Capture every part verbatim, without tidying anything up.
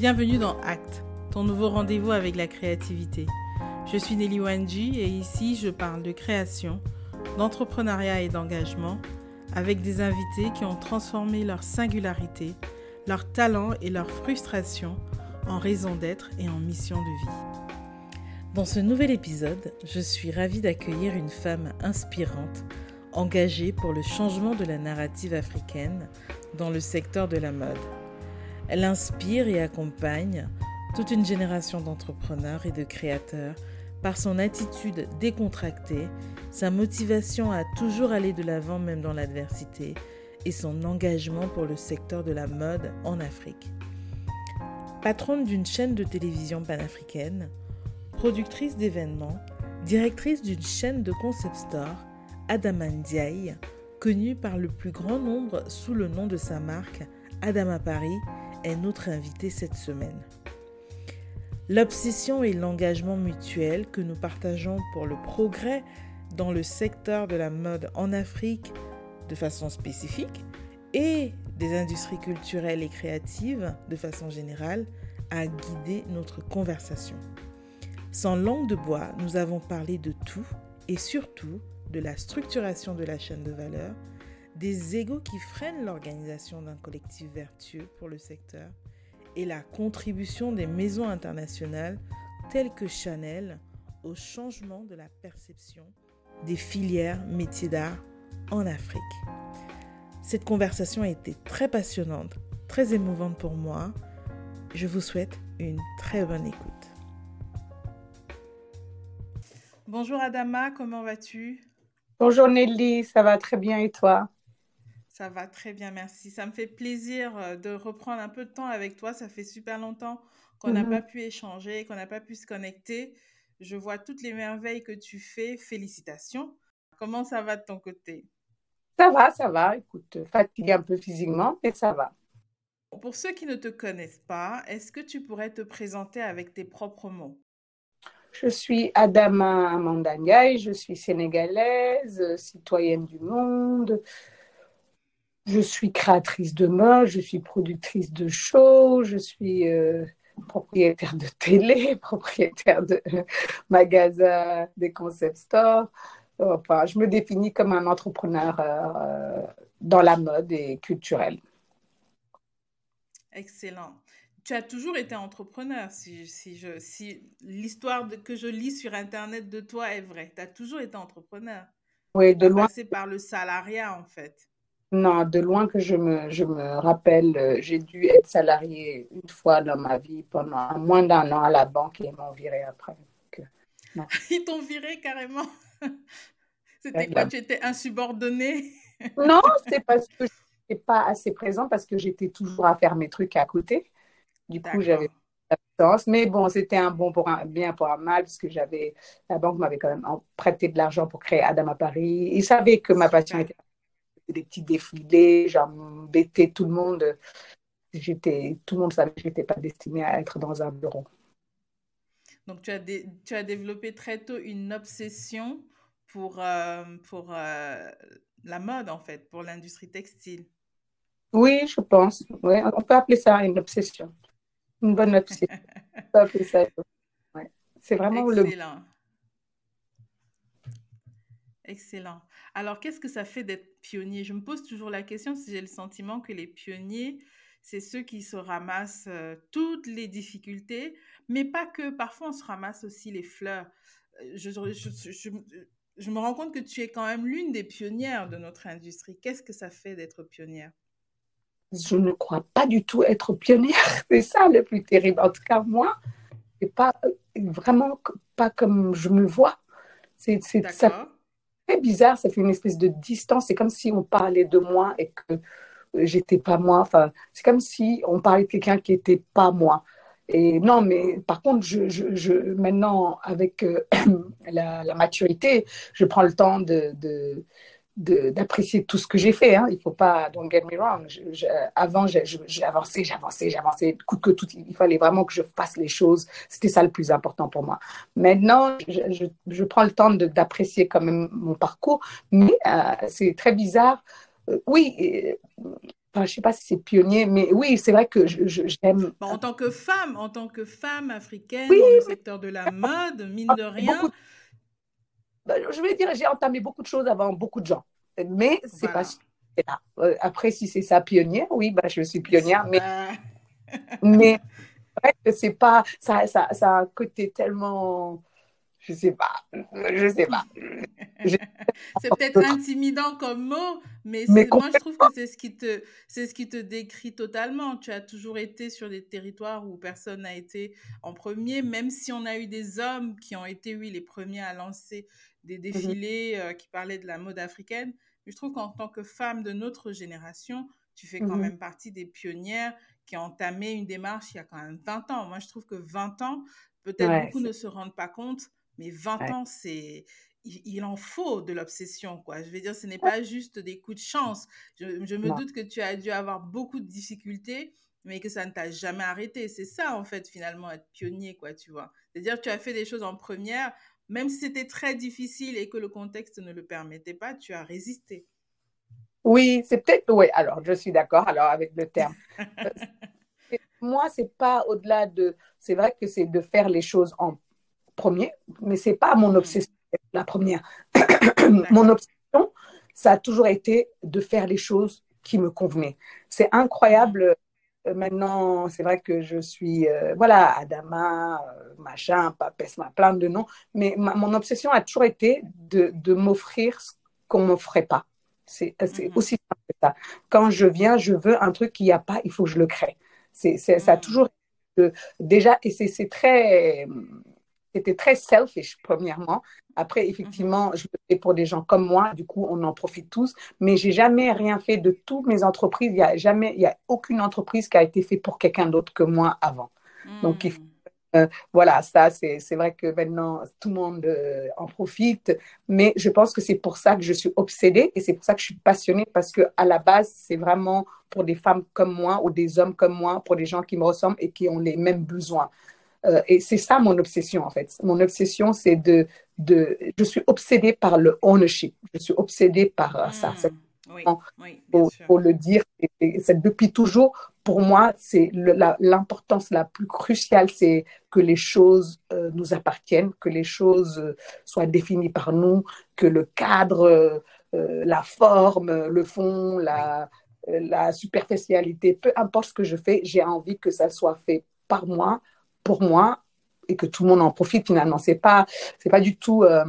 Bienvenue dans Acte, ton nouveau rendez-vous avec la créativité. Je suis Nelly Wanji et ici je parle de création, d'entrepreneuriat et d'engagement avec des invités qui ont transformé leur singularité, leur talent et leur frustration en raison d'être et en mission de vie. Dans ce nouvel épisode, je suis ravie d'accueillir une femme inspirante, engagée pour le changement de la narrative africaine dans le secteur de la mode. Elle inspire et accompagne toute une génération d'entrepreneurs et de créateurs par son attitude décontractée, sa motivation à toujours aller de l'avant même dans l'adversité et son engagement pour le secteur de la mode en Afrique. Patronne d'une chaîne de télévision panafricaine, productrice d'événements, directrice d'une chaîne de concept store, Adama Ndiaye, connue par le plus grand nombre sous le nom de sa marque Adama Paris, est notre invitée cette semaine. L'obsession et l'engagement mutuel que nous partageons pour le progrès dans le secteur de la mode en Afrique de façon spécifique et des industries culturelles et créatives de façon générale a guidé notre conversation. Sans langue de bois, nous avons parlé de tout et surtout de la structuration de la chaîne de valeur, des égos qui freinent l'organisation d'un collectif vertueux pour le secteur et la contribution des maisons internationales telles que Chanel au changement de la perception des filières métiers d'art en Afrique. Cette conversation a été très passionnante, très émouvante pour moi. Je vous souhaite une très bonne écoute. Bonjour Adama, comment vas-tu? Bonjour Nelly, ça va très bien et toi? Ça va très bien, merci. Ça me fait plaisir de reprendre un peu de temps avec toi. Ça fait super longtemps qu'on n'a Mhm. pas pu échanger, qu'on n'a pas pu se connecter. Je vois toutes les merveilles que tu fais. Félicitations. Comment ça va de ton côté? Ça va, ça va. Écoute, fatiguée un peu physiquement, mais ça va. Pour ceux qui ne te connaissent pas, est-ce que tu pourrais te présenter avec tes propres mots? Je suis Adama Amanda Ndiaye, je suis sénégalaise, citoyenne du monde. Je suis créatrice de mode, je suis productrice de shows, je suis euh, propriétaire de télé, propriétaire de euh, magasins, des concept stores. Enfin, je me définis comme un entrepreneur euh, dans la mode et culturelle. Excellent. Tu as toujours été entrepreneur, si, si, je, si l'histoire de, que je lis sur Internet de toi est vraie. Tu as toujours été entrepreneur. Oui, Tu n'es de pas loin. passé par le salariat, en fait. Non, de loin que je me, je me rappelle, euh, j'ai dû être salariée une fois dans ma vie pendant moins d'un an à la banque et ils m'ont virée après. Donc, euh, non. Ils t'ont viré carrément. Ouais, C'était quoi? la- Tu étais insubordonné? Non, c'est parce que je n'étais pas assez présent parce que j'étais toujours à faire mes trucs à côté. Du coup, j'avais D'accord. pas de temps. Mais bon, c'était un bon pour un bien pour un mal parce que j'avais la banque m'avait quand même prêté de l'argent pour créer Adam à Paris. Ils savaient que ma passion Super. était des petits défilés, genre m'embêter tout le monde. J'étais, tout le monde savait que je n'étais pas destinée à être dans un bureau. Donc, tu as, dé- tu as développé très tôt une obsession pour, euh, pour euh, la mode, en fait, pour l'industrie textile. Oui, je pense. Oui, on peut appeler ça une obsession. Une bonne obsession. On peut appeler ça. Ouais. C'est vraiment le. Excellent. Excellent. Alors, qu'est-ce que ça fait d'être pionnier? Je me pose toujours la question si j'ai le sentiment que les pionniers, c'est ceux qui se ramassent euh, toutes les difficultés, mais pas que. Parfois, on se ramasse aussi les fleurs. Euh, Je, je, je, je- je me rends compte que tu es quand même l'une des pionnières de notre industrie. Qu'est-ce que ça fait d'être pionnière? Je ne crois pas du tout être pionnière. C'est ça le plus terrible. En tout cas, moi, c'est pas vraiment pas comme je me vois. C'est, c'est, ça fait D'accord? très bizarre. Ça fait une espèce de distance. C'est comme si on parlait de moi et que j'étais pas moi. Enfin, c'est comme si on parlait de quelqu'un qui était pas moi. Et non, mais par contre, je, je, je maintenant, avec euh, la, la maturité, je prends le temps de, de, de- d'apprécier tout ce que j'ai fait. Hein. Il faut pas, don't get me wrong. Je- je- avant, j'ai, je- j'ai avancé, j'ai avancé, j'ai avancé. Coûte que tout, il fallait vraiment que je fasse les choses. C'était ça le plus important pour moi. Maintenant, je, je, je prends le temps de, d'apprécier quand même mon parcours, mais euh, c'est très bizarre. Euh, oui, enfin, je sais pas si c'est pionnier, mais oui, c'est vrai que je, je- j'aime. Bon, en tant que femme, en tant que femme africaine Oui, dans le secteur de la mode, mine de beaucoup. rien, Ben, je vais dire, j'ai entamé beaucoup de choses avant beaucoup de gens. Mais c'est pas voilà. sûr. C'est là. Euh, Après, si c'est ça, pionnière, oui, ben, je suis pionnière. Mais, Bah, mais c'est vrai que c'est pas. Ça, ça, ça a un côté tellement. Je sais pas. Je sais pas. Je- c'est peut-être intimidant comme mot, mais Mais c'est, moi je complètement. trouve que c'est ce qui te, c'est ce qui te décrit totalement. Tu as toujours été sur des territoires où personne n'a été en premier, même si on a eu des hommes qui ont été, oui, les premiers à lancer des Mhm, défilés euh, qui parlaient de la mode africaine. Mais je trouve qu'en tant que femme de notre génération, tu fais quand mhm. même partie des pionnières qui ont entamé une démarche il y a quand même vingt ans. Moi, je trouve que vingt ans, peut-être Ouais, beaucoup c'est- ne se rendent pas compte, mais vingt ouais. ans, c'est, il, il en faut de l'obsession, quoi. Je veux dire, ce n'est pas juste des coups de chance. Je, je me Non. doute que tu as dû avoir beaucoup de difficultés, mais que ça ne t'a jamais arrêté. C'est ça, en fait, finalement, être pionnier, quoi, tu vois. C'est-à-dire que tu as fait des choses en première, même si c'était très difficile et que le contexte ne le permettait pas, tu as résisté. Oui, c'est peut-être. Oui, alors je suis d'accord alors avec le terme. Euh, c'est- Moi, c'est pas au-delà de. C'est vrai que c'est de faire les choses en premier, mais c'est pas mon Mhm. obsession, la première. Mon D'accord. obsession, ça a toujours été de faire les choses qui me convenaient. C'est Mhm. incroyable. Euh, Maintenant, c'est vrai que je suis, euh, voilà, Adama, euh, machin, Papesma, plein de noms, mais ma- mon obsession a toujours été de, de m'offrir ce qu'on ne m'offrait pas. C'est c'est Mhm. aussi simple que ça. Quand je viens, je veux un truc qu'il n'y a pas, il faut que je le crée. C'est, c'est- ça a Mhm. toujours été de- déjà, et c'est c'est très, c'était très selfish, premièrement. Après, Mhm. effectivement, je le fais pour des gens comme moi, du coup, on en profite tous, mais j'ai jamais rien fait de toutes mes entreprises. Il y a jamais, il y a aucune entreprise qui a été faite pour quelqu'un d'autre que moi avant. Donc, il faut- Mhm. euh, voilà, ça, c'est, c'est vrai que maintenant, tout le monde euh, en profite, mais je pense que c'est pour ça que je suis obsédée et c'est pour ça que je suis passionnée parce que à la base, c'est vraiment pour des femmes comme moi ou des hommes comme moi, pour des gens qui me ressemblent et qui ont les mêmes besoins. Euh, et c'est ça mon obsession, en fait. Mon obsession, c'est de, de... Je suis obsédée par le ownership. Je suis obsédée par euh, ça. C'est Mhm. Oui, vraiment, oui, bien faut, sûr. faut le dire. Et- et c'est depuis toujours, pour moi, c'est le- la- l'importance la plus cruciale, c'est que les choses euh, nous appartiennent, que les choses euh, soient définies par nous, que le cadre, euh, euh, la forme, le fond, Oui. la, euh, la superficialité, peu importe ce que je fais, j'ai envie que ça soit fait par moi, pour moi, et que tout le monde en profite finalement. C'est pas, c'est pas du tout, euh,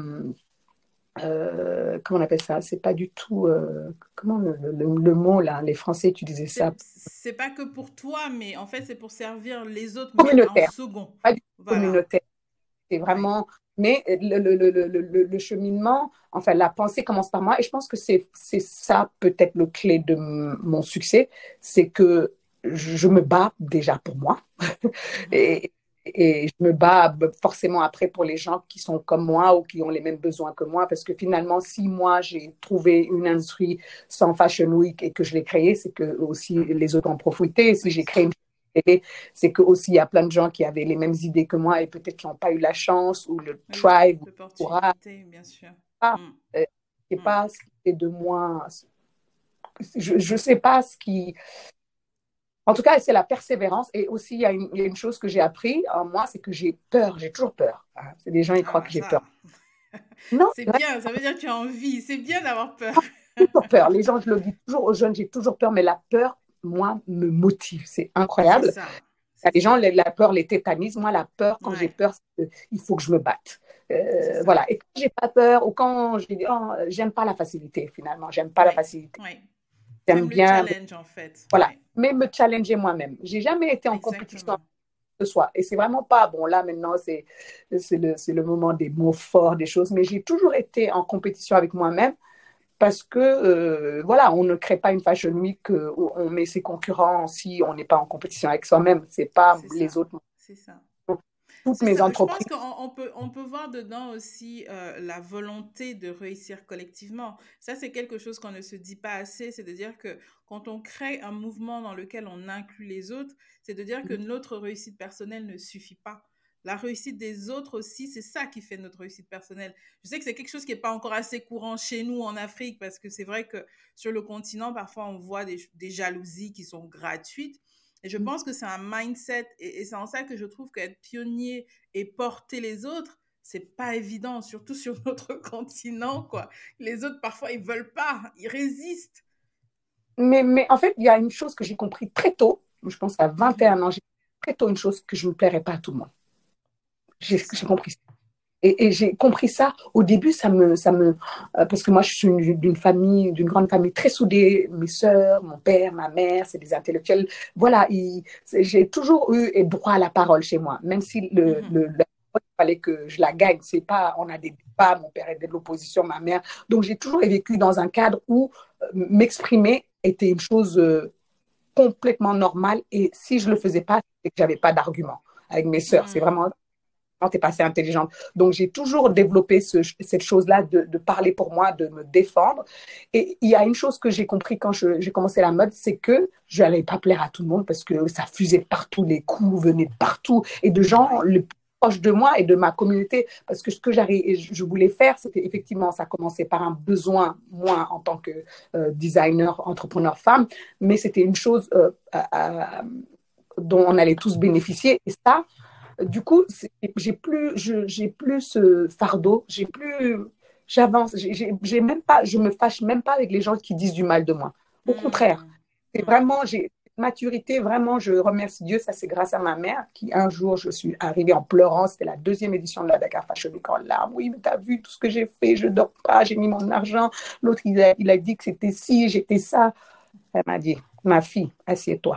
euh, comment on appelle ça? C'est pas du tout, euh, comment le, le, le, mot là, les Français utilisaient ça, C'est c'est pas que pour toi, mais en fait, c'est pour servir les autres, mais en communautaire, second. pas du tout Voilà. communautaire. C'est Oui. vraiment, mais le, le, le, le, le, le cheminement, enfin la pensée commence par moi, et je pense que c'est c'est ça peut-être le clé de m- mon succès, c'est que je me bats déjà pour moi. Mhm. Et, et je me bats forcément après pour les gens qui sont comme moi ou qui ont les mêmes besoins que moi, parce que finalement, si moi j'ai trouvé une industrie sans Fashion Week et que je l'ai créée, c'est que aussi les autres ont profité. Si j'ai Oui. créé une télé, c'est que aussi il y a plein de gens qui avaient les mêmes idées que moi et peut-être qui n'ont pas eu la chance ou le Oui. tribe ou le courage. L'opportunité, bien sûr. Ah, Mm. euh, c'est Mm. pas ce qui fait de moi. Je ne sais pas ce qui, en tout cas, c'est la persévérance. Et aussi, il y a une, il y a une chose que j'ai appris en moi, c'est que j'ai peur, j'ai toujours peur. Hein. C'est des gens, ils Ah croient bah que j'ai peur. ça, Non, c'est j'ai bien, ça veut dire que tu as envie. C'est bien d'avoir peur. toujours peur. Les gens, je le dis toujours aux jeunes, j'ai toujours peur, mais la peur, moi, me motive. C'est C'est incroyable. ça. Il y a C'est des gens, ça. la peur les tétanise. Moi, la peur, quand j'ai Ouais, peur, il faut que je me batte. c'est Euh, ça. voilà. Et quand j'ai pas peur, ou quand je dis, oh, j'aime pas la facilité, finalement, j'aime pas la Ouais, facilité. ouais. J'aime T'aimes le bien, challenge, en fait. voilà, Ouais, mais me challenger moi-même. J'ai jamais été en compétition exactement. de soi. Et c'est vraiment pas, bon, là maintenant, c'est, c'est, le, c'est le moment des mots forts, des choses, mais j'ai toujours été en compétition avec moi-même parce que, euh, voilà, on ne crée pas une fashion week euh, où on met ses concurrents si on n'est pas en compétition avec soi-même. C'est pas C'est les ça. autres. C'est ça. Toutes C'est mes ça. Je pense entreprises. qu'on on peut, on peut voir dedans aussi euh, la volonté de réussir collectivement. Ça, c'est quelque chose qu'on ne se dit pas assez. C'est de dire que quand on crée un mouvement dans lequel on inclut les autres, c'est de dire que notre réussite personnelle ne suffit pas. la réussite des autres aussi, c'est ça qui fait notre réussite personnelle. Je sais que c'est quelque chose qui n'est pas encore assez courant chez nous en Afrique, parce que c'est vrai que sur le continent, parfois, on voit des, des jalousies qui sont gratuites. Et je pense que c'est un mindset, et, et c'est en ça que je trouve qu'être pionnier et porter les autres, c'est pas évident, surtout sur notre continent, quoi. Les autres, parfois, ils veulent pas, ils résistent. Mais, mais en fait, il y a une chose que j'ai compris très tôt, je pense à vingt et un Mhm. ans, j'ai compris très tôt une chose que je ne plairais pas à tout le monde. J'ai C'est j'ai ça. compris ça. Et, et j'ai compris ça. Au début, ça me, ça me, euh, parce que moi, je suis une- d'une famille, d'une grande famille très soudée. Mes sœurs, mon père, ma mère, c'est des intellectuels. Voilà, ils- c'est- j'ai toujours eu et droit à la parole chez moi, même si le, Mhm. le, la parole, il fallait que je la gagne. C'est pas, on a des débats, mon père était de l'opposition, ma mère. Donc, j'ai toujours vécu dans un cadre où euh, m'exprimer était une chose euh, complètement normale. Et si je le faisais pas, c'est que j'avais pas d'argument avec mes sœurs. C'est Mhm. vraiment tu es pas assez intelligente. Donc, j'ai toujours développé ce, cette chose-là de, de, parler pour moi, de me défendre. Et il y a une chose que j'ai compris quand je, j'ai commencé la mode, c'est que je n'allais pas plaire à tout le monde parce que ça fusait de partout, les coups venaient de partout et de gens Ouais. le plus proches de moi et de ma communauté. Parce que ce que je voulais faire, c'était effectivement, ça commençait par un besoin, moi, en tant que euh, designer, entrepreneur femme, mais c'était une chose euh, à, à, dont on allait tous bénéficier. Et ça, du coup, j'ai plus, je, j'ai plus ce fardeau, j'ai plus, j'avance, j'ai, j'ai même pas, je me fâche même pas avec les gens qui disent du mal de moi. Au contraire, Mhm. c'est Mhm. vraiment, j'ai maturité, vraiment, je remercie Dieu, ça c'est grâce à ma mère qui un jour, je suis arrivée en pleurant, c'était la deuxième édition de la Dakar Fashion Week en larmes, oui, mais t'as vu tout ce que j'ai fait, je dors pas, j'ai mis mon argent, l'autre il a, il a dit que c'était ci, j'étais ça. Elle m'a dit, ma fille, assieds-toi,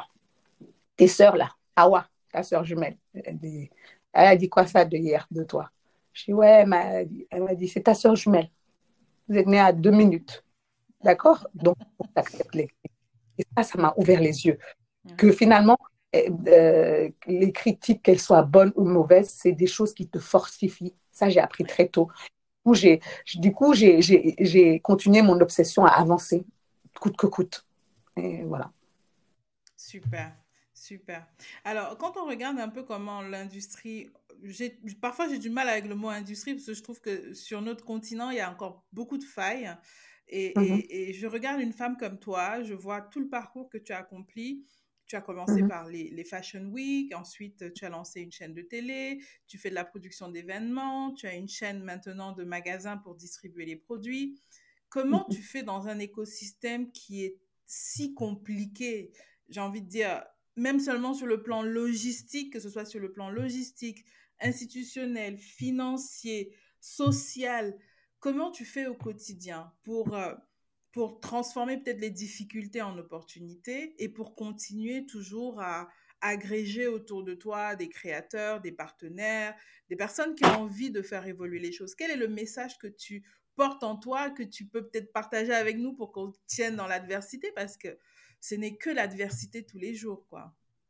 tes sœurs là, Awa, ta sœur jumelle, elle, dit, elle a dit quoi ça de hier, de toi? Je dis, ouais, elle m'a dit, elle m'a dit, c'est ta sœur jumelle. Vous êtes nés à deux minutes. D'accord? Donc, il faut que tu acceptes les critiques. Et ça, ça m'a ouvert les yeux. Que Mhm. finalement, euh, les critiques, qu'elles soient bonnes ou mauvaises, c'est des choses qui te fortifient. Ça, j'ai appris Ouais. très tôt. Du coup, j'ai, du coup, j'ai, j'ai, j'ai continué mon obsession à avancer, coûte que coûte. Et voilà. Super, super. Alors, quand on regarde un peu comment l'industrie, j'ai, parfois j'ai du mal avec le mot industrie parce que je trouve que sur notre continent, il y a encore beaucoup de failles. Et, Mhm, et, et je regarde une femme comme toi, je vois tout le parcours que tu as accompli. Tu as commencé mhm, par les, les Fashion Week, ensuite tu as lancé une chaîne de télé, tu fais de la production d'événements, tu as une chaîne maintenant de magasins pour distribuer les produits. Comment mhm. tu fais dans un écosystème qui est si compliqué, j'ai envie de dire, même seulement sur le plan logistique, que ce soit sur le plan logistique, institutionnel, financier, social, comment tu fais au quotidien pour, euh, pour transformer peut-être les difficultés en opportunités et pour continuer toujours à agréger autour de toi des créateurs, des partenaires, des personnes qui ont envie de faire évoluer les choses. Quel est le message que tu portes en toi, que tu peux peut-être partager avec nous pour qu'on tienne dans l'adversité? Parce que ce n'est que l'adversité tous les jours, quoi.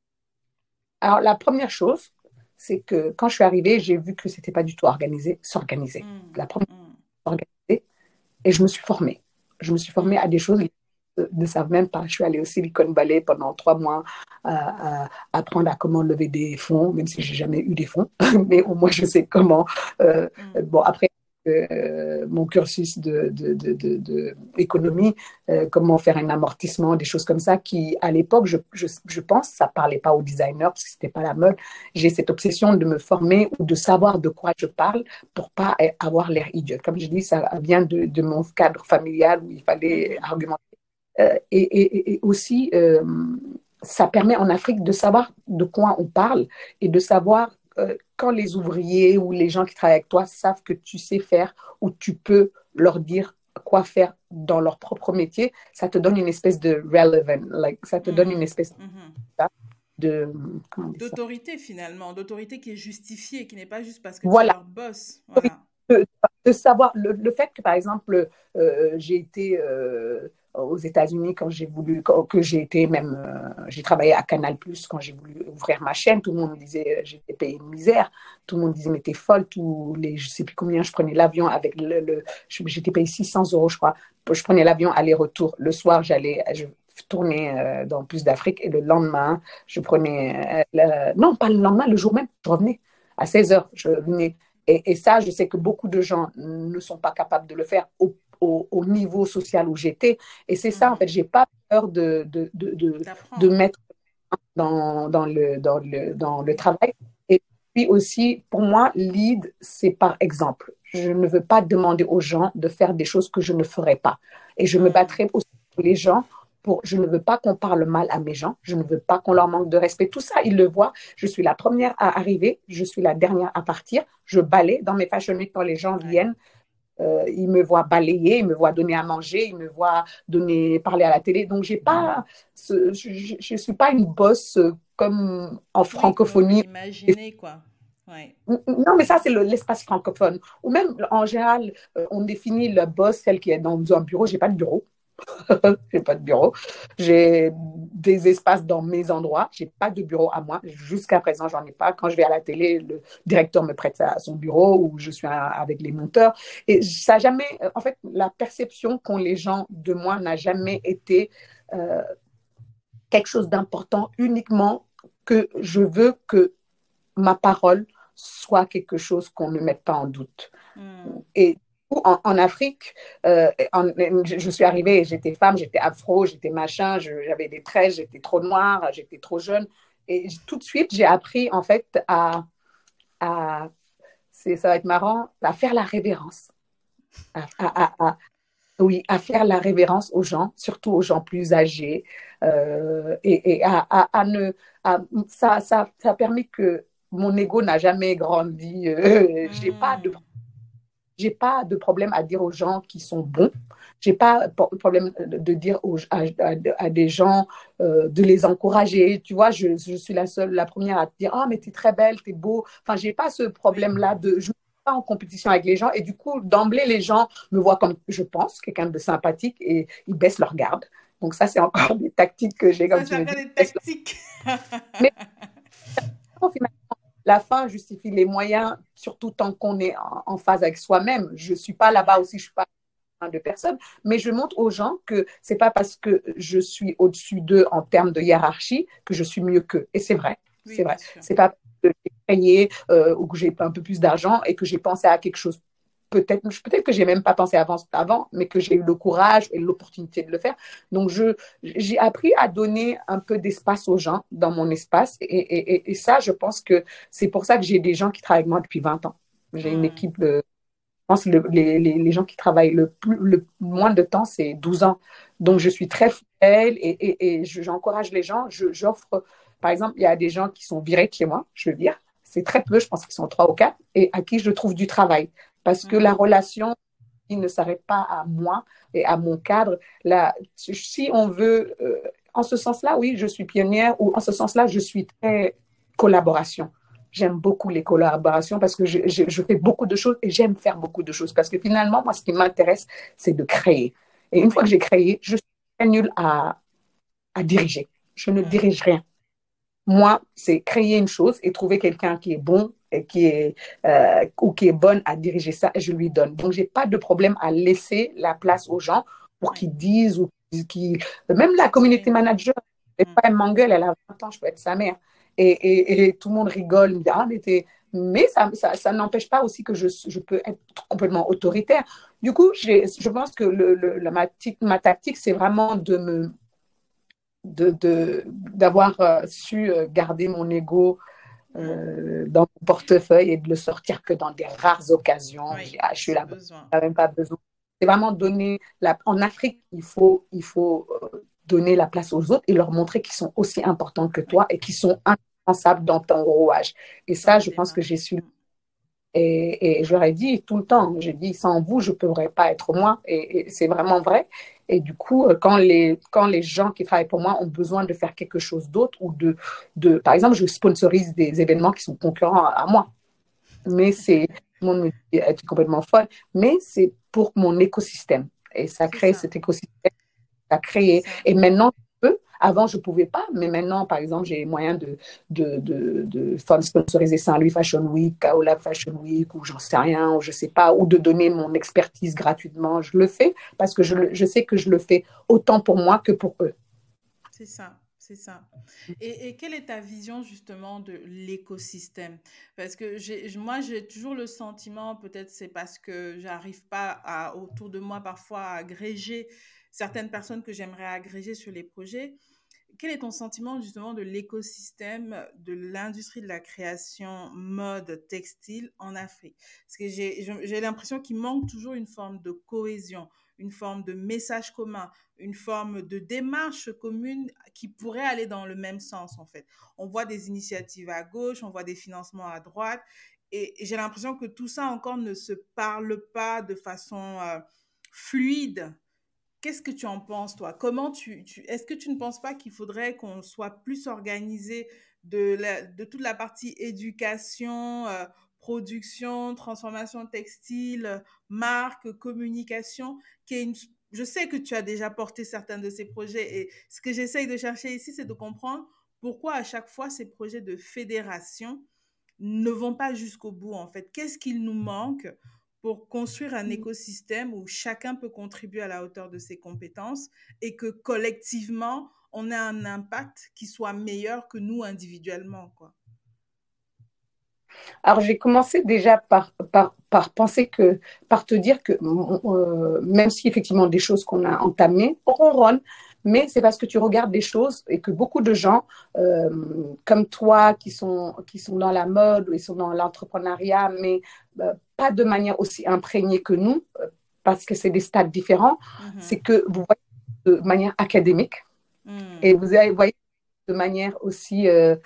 Alors, la première chose, c'est que quand je suis arrivée, j'ai vu que c'était pas du tout organisé, s'organiser. Mm, La première mm, chose, s'organiser. Et je me suis formée. Je me suis formée à mm, des choses qu'ils ne savent même pas. Je suis allée au Silicon Valley pendant trois mois à, à apprendre à comment lever des fonds, même si j'ai jamais eu des fonds, mais au moins je sais comment. Euh, mm, bon, après euh, mon cursus de, de, de, de, de économie, euh, comment faire un amortissement, des choses comme ça, qui à l'époque, je, je, je pense, ça parlait pas aux designers parce que c'était pas la mode. J'ai cette obsession de me former ou de savoir de quoi je parle pour pas avoir l'air idiot. Comme je dis, ça vient de, de mon cadre familial où il fallait mhm, argumenter. Euh, et, et, et, aussi, euh, ça permet en Afrique de savoir de quoi on parle et de savoir euh, quand les ouvriers ou les gens qui travaillent avec toi savent que tu sais faire ou tu peux leur dire quoi faire dans leur propre métier, ça te donne une espèce de relevant, like, ça te donne une mhm, espèce mhm. de, comment on dit ça? D'autorité, finalement, d'autorité qui est justifiée, qui n'est pas juste parce que tu es Voilà, leur boss. Voilà. de, de savoir le, le, fait que, par exemple, euh, j'ai été euh, aux États-Unis quand j'ai voulu, quand, que j'ai été même, euh, j'ai travaillé à Canal Plus quand j'ai voulu ouvrir ma chaîne. Tout le monde me disait, euh, j'étais payée une misère. Tout le monde disait, mais t'es folle. Tous les, je sais plus combien, je prenais l'avion avec le, le j'étais payée six cents euros, je crois. Je prenais l'avion aller-retour. Le soir, j'allais, je tournais euh, dans plus d'Afrique et le lendemain, je prenais, euh, le, non, pas le lendemain, le jour même, je revenais. À seize heures, je venais. Et, et ça, je sais que beaucoup de gens ne sont pas capables de le faire au, au, au niveau social où j'étais. Et c'est ça, en fait, Mhm. j'ai pas peur de, de, de, de, de D'apprendre. mettre dans, dans, le, dans, le, dans le travail. Et puis aussi, pour moi, lead, c'est par exemple. Je ne veux pas demander aux gens de faire des choses que je ne ferai pas. Et je me Mhm. battrai aussi pour les gens. Pour, je ne veux pas qu'on parle mal à mes gens. Je ne veux pas qu'on leur manque de respect. Tout ça, ils le voient. Je suis la première à arriver. Je suis la dernière à partir. Je balaye dans mes fashion week quand les gens Ouais. viennent. Euh, ils me voient balayer, ils me voient donner à manger, ils me voient donner, parler à la télé. Donc, j'ai pas, ce, je ne suis pas une bosse euh, comme en Oui, comme on peut francophonie. l'imaginer, quoi. Ouais. Non, mais ça, c'est le- l'espace francophone. Ou même, en général, euh, on définit le boss, celle qui est dans un bureau. J'ai pas de bureau. J'ai pas de bureau. J'ai des espaces dans mes endroits. J'ai pas de bureau à moi. Jusqu'à présent, j'en ai pas. Quand je vais à la télé, le directeur me prête à son bureau ou je suis avec les monteurs. Et ça a jamais, en fait, la perception qu'ont les gens de moi n'a jamais été euh, quelque chose d'important, uniquement que je veux que ma parole soit quelque chose qu'on ne mette pas en doute. Mhm. Et en, en Afrique, euh, en, je, je suis arrivée, j'étais femme, j'étais afro, j'étais machin, je, j'avais des traits, j'étais trop noire, j'étais trop jeune. Et tout de suite, j'ai appris en fait à, à c'est, ça va être marrant, à faire la révérence. À, à, à, à, oui, à faire la révérence aux gens, surtout aux gens plus âgés. Euh, et et à, à, à ne, à, ça, ça, ça a permis que mon ego n'a jamais grandi. Euh, j'ai pas de Mhm. j'ai pas de problème à dire aux gens qui sont bons. J'ai pas de problème de dire aux, à, à, à, des gens euh, de les encourager. Tu vois, je, je, suis la seule, la première à te dire, ah, oh, mais t'es très belle, t'es beau. Enfin, j'ai pas ce Oui. problème-là de, je ne suis pas en compétition avec les gens. Et du coup, d'emblée, les gens me voient comme, je pense, quelqu'un de sympathique et ils baissent leur garde. Donc ça, c'est encore des tactiques que j'ai, comme Ça, tu c'est me encore dis. des tactiques. Mais finalement, la fin justifie les moyens, surtout tant qu'on est en, en phase avec soi-même. Je ne suis pas C'est là-bas vrai. aussi, je suis pas de personnes, mais je montre aux gens que c'est pas parce que je suis au-dessus d'eux en termes de hiérarchie que je suis mieux qu'eux. Et c'est vrai, Oui, c'est bien vrai. sûr. C'est pas parce que j'ai payé euh, ou que j'ai un peu plus d'argent et que j'ai pensé à quelque chose. Peut-être, peut-être que j'ai même pas pensé avant, avant, mais que j'ai eu le courage et l'opportunité de le faire. Donc, je, j'ai appris à donner un peu d'espace aux gens dans mon espace. Et, et, et ça, je pense que c'est pour ça que j'ai des gens qui travaillent avec moi depuis vingt ans. J'ai une Mhm. équipe de je pense que le, les, les, les, gens qui travaillent le, plus, le moins de temps, c'est douze ans. Donc, je Mhm. suis très fidèle et, et, et j'encourage les gens. Je, j'offre, par exemple, il y a des gens qui sont virés de chez moi, je veux dire. C'est très peu, je pense qu'ils sont trois ou quatre, et à qui je trouve du travail. Parce que la Mhm. relation, il ne s'arrête pas à moi et à mon cadre. Là, si on veut, euh, en ce sens-là, oui, je suis pionnière, ou en ce sens-là, je suis très collaboration. J'aime beaucoup les collaborations parce que je, je, je, fais beaucoup de choses et j'aime faire beaucoup de choses. Parce que finalement, moi, ce qui m'intéresse, c'est de créer. Et une fois que Oui. j'ai créé, je suis très nulle à, à diriger. Je ne Mhm. dirige rien. Moi, c'est créer une chose et trouver quelqu'un qui est bon et qui est, euh, ou qui est bonne à diriger ça et je lui donne. Donc, j'ai pas de problème à laisser la place aux gens pour Oui. qu'ils disent ou qu'ils... Même la community S'exprimer. manager, c'est Mhm. pas elle m'engueule, elle a vingt ans, je peux être sa mère. Et, et, et tout le monde rigole, me dit, ah, mais, t'es... mais ça, ça, ça n'empêche pas aussi que je, je peux être complètement autoritaire. Du coup, j'ai, je pense que le, le, la, ma, ma tactique, c'est vraiment de me de, de, d'avoir euh, su euh, garder mon ego Mhm. euh, dans mon portefeuille et de le sortir que dans des rares occasions. Oui, J'ai, ah, je suis c'est là, besoin. même pas besoin. C'est vraiment donner la... En Afrique, il faut, il faut euh, donner la place aux autres et leur montrer qu'ils sont aussi importants que Oui, toi et qu'ils sont indispensables dans ton rouage. Et dans ça, la je pense que j'ai démarche. su Mhm. et, et je leur ai dit tout le temps, j'ai dit, sans vous, je ne pourrais pas être moi. Et, et c'est vraiment vrai. Et du coup, quand les, quand les gens qui travaillent pour moi ont besoin de faire quelque chose d'autre ou de, de... Par exemple, je sponsorise des événements qui sont concurrents à, à moi. Mais c'est... Tout le monde me dit, tu es complètement folle. Mais c'est pour mon écosystème. Et ça C'est crée ça. cet écosystème à C'est créer. ça. Et maintenant, je peux. Avant, je ne pouvais pas, mais maintenant, par exemple, j'ai les moyens de, de, de, de sponsoriser Saint-Louis Fashion Week, Kaola Fashion Week, ou j'en sais rien, ou je sais pas, ou de donner mon expertise gratuitement. Je le fais parce que je, je sais que je le fais autant pour moi que pour eux. C'est ça. c'est ça. Et, et quelle est ta vision justement de l'écosystème? Parce que j'ai, j- moi, j'ai toujours le sentiment, peut-être c'est parce que j'arrive pas à, autour de moi parfois à agréger certaines personnes que j'aimerais agréger sur les projets. Quel est ton sentiment justement de l'écosystème de l'industrie de la création mode textile en Afrique? Parce que j'ai je- j'ai l'impression qu'il manque toujours une forme de cohésion, une forme de message commun, une forme de démarche commune qui pourrait aller dans le même sens en fait. On voit des initiatives à gauche, on voit des financements à droite, et j'ai l'impression que tout ça encore ne se parle pas de façon euh, fluide. Qu'est-ce que tu en penses, toi? Comment tu, tu- est-ce que tu ne penses pas qu'il faudrait qu'on soit plus organisé de, la- de toute la partie éducation, euh, production, transformation textile, euh, marque, communication, qui est une... Je sais que tu as déjà porté certains de ces projets et ce que j'essaye de chercher ici, c'est de comprendre pourquoi à chaque fois ces projets de fédération ne vont pas jusqu'au bout, en fait. Qu'est-ce qu'il nous manque pour construire un écosystème où chacun peut contribuer à la hauteur de ses compétences et que collectivement, on ait un impact qui soit meilleur que nous individuellement, quoi. Alors, j'ai commencé déjà par, par, par penser que, par te dire que euh, même si effectivement des choses qu'on a entamées ronronnent, mais c'est parce que tu regardes des choses et que beaucoup de gens euh, comme toi qui sont, qui sont dans la mode ou ils sont dans l'entrepreneuriat, mais euh, pas de manière aussi imprégnée que nous, euh, parce que c'est des stades différents, c'est Mhm. que vous voyez de manière académique et Mhm. vous voyez de manière aussi euh,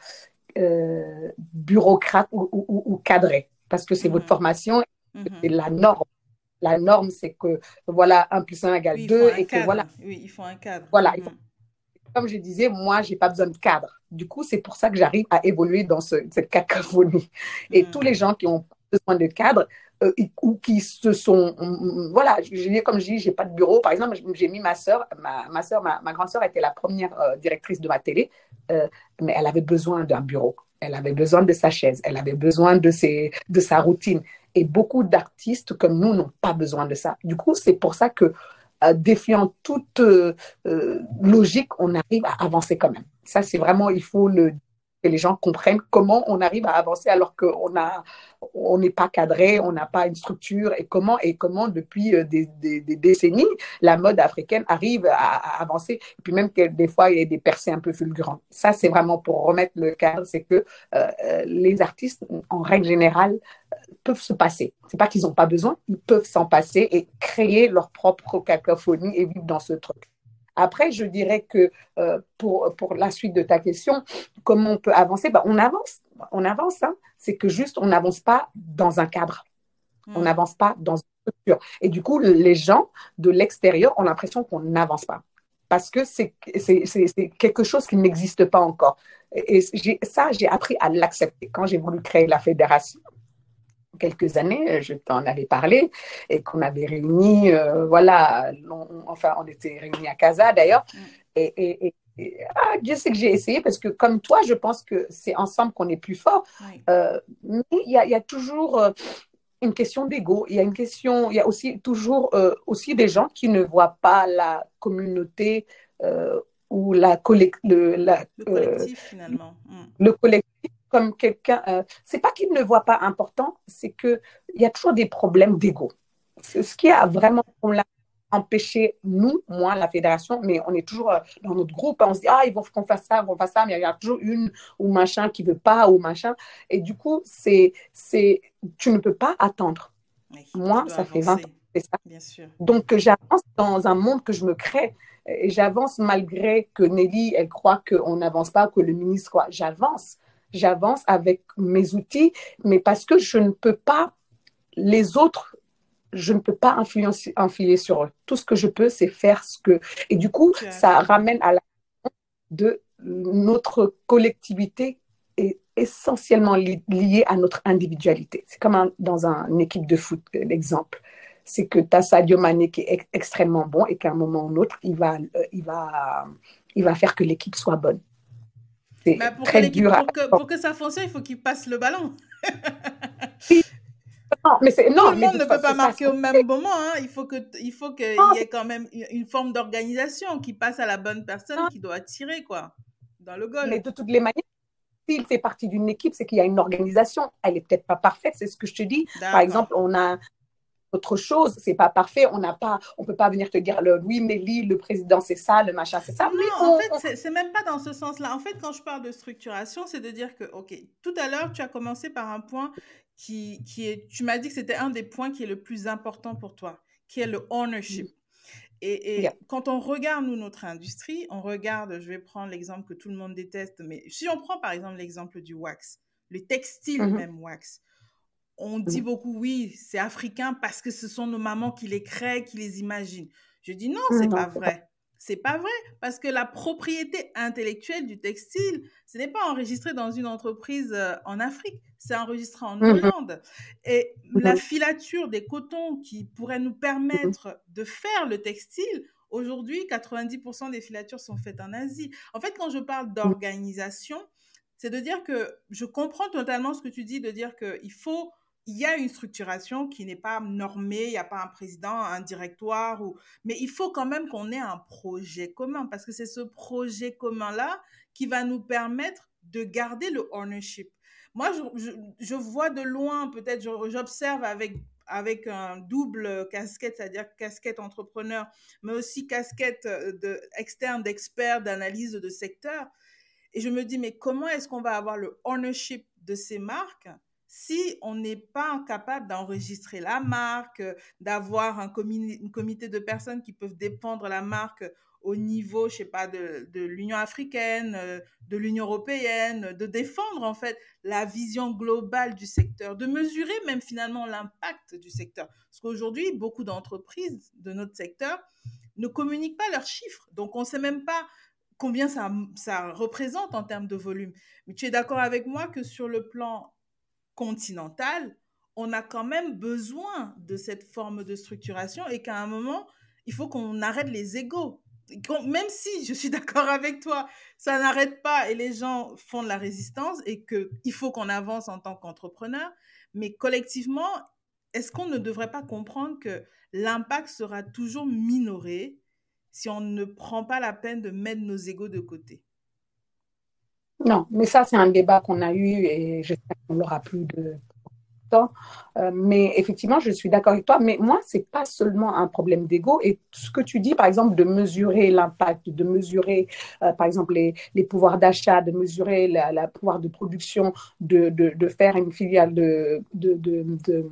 euh, bureaucrate ou, ou, ou cadré, parce que c'est votre Mhm. formation, c'est Mhm. la norme. La norme, c'est que voilà, un plus un égale Oui, il faut deux un et que voilà, cadre. Oui, il faut un cadre. voilà. Il faut, Mhm. comme je disais, moi, j'ai pas besoin de cadre. Du coup, c'est pour ça que j'arrive à évoluer dans ce, cette cacophonie. Et tous les Mhm. gens qui ont besoin de cadre euh, ou qui se sont, mm, voilà, je, comme je dis, j'ai pas de bureau. Par exemple, j'ai mis ma soeur, ma, ma soeur, ma, ma grande soeur était la première euh, directrice de ma télé, euh, mais elle avait besoin d'un bureau. Elle avait besoin de sa chaise, elle avait besoin de, ses, de sa routine. Et beaucoup d'artistes comme nous n'ont pas besoin de ça. Du coup, c'est pour ça que euh, défiant toute euh, euh, logique, on arrive à avancer quand même. Ça, c'est vraiment, il faut le, que les gens comprennent comment on arrive à avancer alors qu'on a, on n'est pas cadré, on n'a pas une structure et comment, et comment depuis euh, des, des, des, décennies, la mode africaine arrive à, à avancer. Et puis même que des fois, il y a des percées un peu fulgurantes. Ça, c'est vraiment pour remettre le cadre, c'est que euh, les artistes, en règle générale, peuvent se passer. C'est pas qu'ils n'ont pas besoin, ils peuvent s'en passer et créer leur propre cacophonie et vivre dans ce truc. Après, je dirais que euh, pour, pour la suite de ta question, comment on peut avancer, ben, on avance. On avance, hein. C'est que juste, on n'avance pas dans un cadre. On Mhm. n'avance pas dans une structure. Et du coup, les gens de l'extérieur ont l'impression qu'on n'avance pas. Parce que c'est, c'est, c'est, c'est quelque chose qui n'existe pas encore. Et j'ai, ça, j'ai appris à l'accepter. Quand j'ai voulu créer la fédération, quelques années, je t'en avais parlé, et qu'on avait réuni, euh, voilà, on, enfin, on était réunis à Casa d'ailleurs, Mhm. et, et, et ah, Dieu sait que j'ai essayé, parce que comme toi, je pense que c'est ensemble qu'on est plus fort, Oui. euh, mais il y a, y a toujours euh, une question d'ego, il y a une question, il y a aussi toujours euh, aussi des gens qui ne voient pas la communauté euh, ou la, collect, le, la, Le euh, collectif, finalement. Mhm. le collectif comme quelqu'un. Euh, c'est pas qu'il ne voit pas important, c'est qu'il y a toujours des problèmes d'ego. C'est ce qui a Oui. vraiment on l'a empêché, nous, moi, la fédération, mais on est toujours euh, dans notre groupe, on se dit, ah, ils vont qu'on fasse ça, qu'on fasse ça, mais il y a toujours une ou machin qui veut pas ou machin. Et du coup, c'est, c'est, tu ne peux pas attendre. Oui. Tu Moi, dois ça fait vingt ans avancer, que je fais ça. bien sûr. Donc, j'avance dans un monde que je me crée. Et j'avance malgré que Nelly, elle croit qu'on n'avance pas, que le ministre croit. J'avance. J'avance avec mes outils, mais parce que je ne peux pas, les autres, je ne peux pas influencer, influer sur eux. Tout ce que je peux, c'est faire ce que. Et du coup, Tu as ça fait. ramène à la de notre collectivité est essentiellement li- liée à notre individualité. C'est comme un- dans un- une équipe de foot, euh, l'exemple. C'est que tu as Sadio Mané qui est ex- extrêmement bon et qu'à un moment ou un autre, il va, euh, il va, il va faire que l'équipe soit bonne. Bah, C'est pour que très l'équipe, dur à... pour que, pour que ça fonctionne, il faut qu'il passe le ballon. Non, mais c'est, Tout non, le mais de monde ne toute peut façon, pas c'est ça ce marquer qu'on au même fait. moment, hein. Il faut que, il faut qu'il Non, y c'est, ait quand même une une forme d'organisation qui passe à la bonne personne non, qui doit tirer, quoi. dans le Mais golf. de toutes les manières, s'il fait partie d'une équipe, c'est qu'il y a une organisation. Elle n'est peut-être pas parfaite, c'est ce que je te dis. Par D'accord. exemple, on a autre chose, c'est pas parfait, on n'a pas, on peut pas venir te dire le oui, mais lui, le président, c'est ça, le machin, c'est ça, mais Non, en on, fait, on... c'est c'est même pas dans ce sens-là. En fait, quand je parle de structuration, c'est de dire que, OK, tout à l'heure, tu as commencé par un point qui, qui est, tu m'as dit que c'était un des points qui est le plus important pour toi, qui est le ownership. Et, Yeah. et quand on regarde, nous, notre industrie, on regarde, je vais prendre l'exemple que tout le monde déteste, mais si on prend par exemple l'exemple du wax, le textile Mm-hmm. même wax, on dit beaucoup, oui, c'est africain parce que ce sont nos mamans qui les créent, qui les imaginent. Je dis non, c'est pas Non, c'est pas... vrai. C'est pas vrai parce que la propriété intellectuelle du textile, ce n'est pas enregistré dans une entreprise euh, en Afrique, c'est enregistré en Mm-hmm. Hollande. Et la Mm-hmm. filature des cotons qui pourrait nous Mm-hmm. permettre de faire le textile, aujourd'hui, quatre-vingt-dix pour cent des filatures sont faites en Asie. En fait, quand je parle d'organisation, c'est de dire que je comprends totalement ce que tu dis, de dire qu'il faut il y a une structuration qui n'est pas normée, il n'y a pas un président, un directoire, ou... mais il faut quand même qu'on ait un projet commun, parce que c'est ce projet commun-là qui va nous permettre de garder le ownership. Moi, je, je, je vois de loin, peut-être, j'observe avec, avec un double casquette, c'est-à-dire casquette entrepreneur, mais aussi casquette de, externe d'expert, d'analyse de secteur, et je me dis, mais comment est-ce qu'on va avoir le ownership de ces marques si on n'est pas capable d'enregistrer la marque, d'avoir un comité, un comité de personnes qui peuvent défendre la marque au niveau, je sais pas, de, de l'Union africaine, de l'Union européenne, de défendre en fait la vision globale du secteur, de mesurer même finalement l'impact du secteur. Parce qu'aujourd'hui, beaucoup d'entreprises de notre secteur ne communiquent pas leurs chiffres. Donc, on ne sait même pas combien ça, ça représente en termes de volume. Mais tu es d'accord avec moi que sur le plan continental, on a quand même besoin de cette forme de structuration et qu'à un moment, il faut qu'on arrête les égos. Même si je suis d'accord avec toi, ça n'arrête pas et les gens font de la résistance et qu'il faut qu'on avance en tant qu'entrepreneur, mais collectivement, est-ce qu'on ne devrait pas comprendre que l'impact sera toujours minoré si on ne prend pas la peine de mettre nos égos de côté? Non, mais ça, c'est un débat qu'on a eu et j'espère qu'on l'aura plus de temps. Euh, mais effectivement, je suis d'accord avec toi. Mais moi, c'est pas seulement un problème d'ego. Et ce que tu dis, par exemple, de mesurer l'impact, de mesurer, euh, par exemple, les, les pouvoirs d'achat, de mesurer la, la pouvoir de production, de, de, de faire une filiale de, de, de, de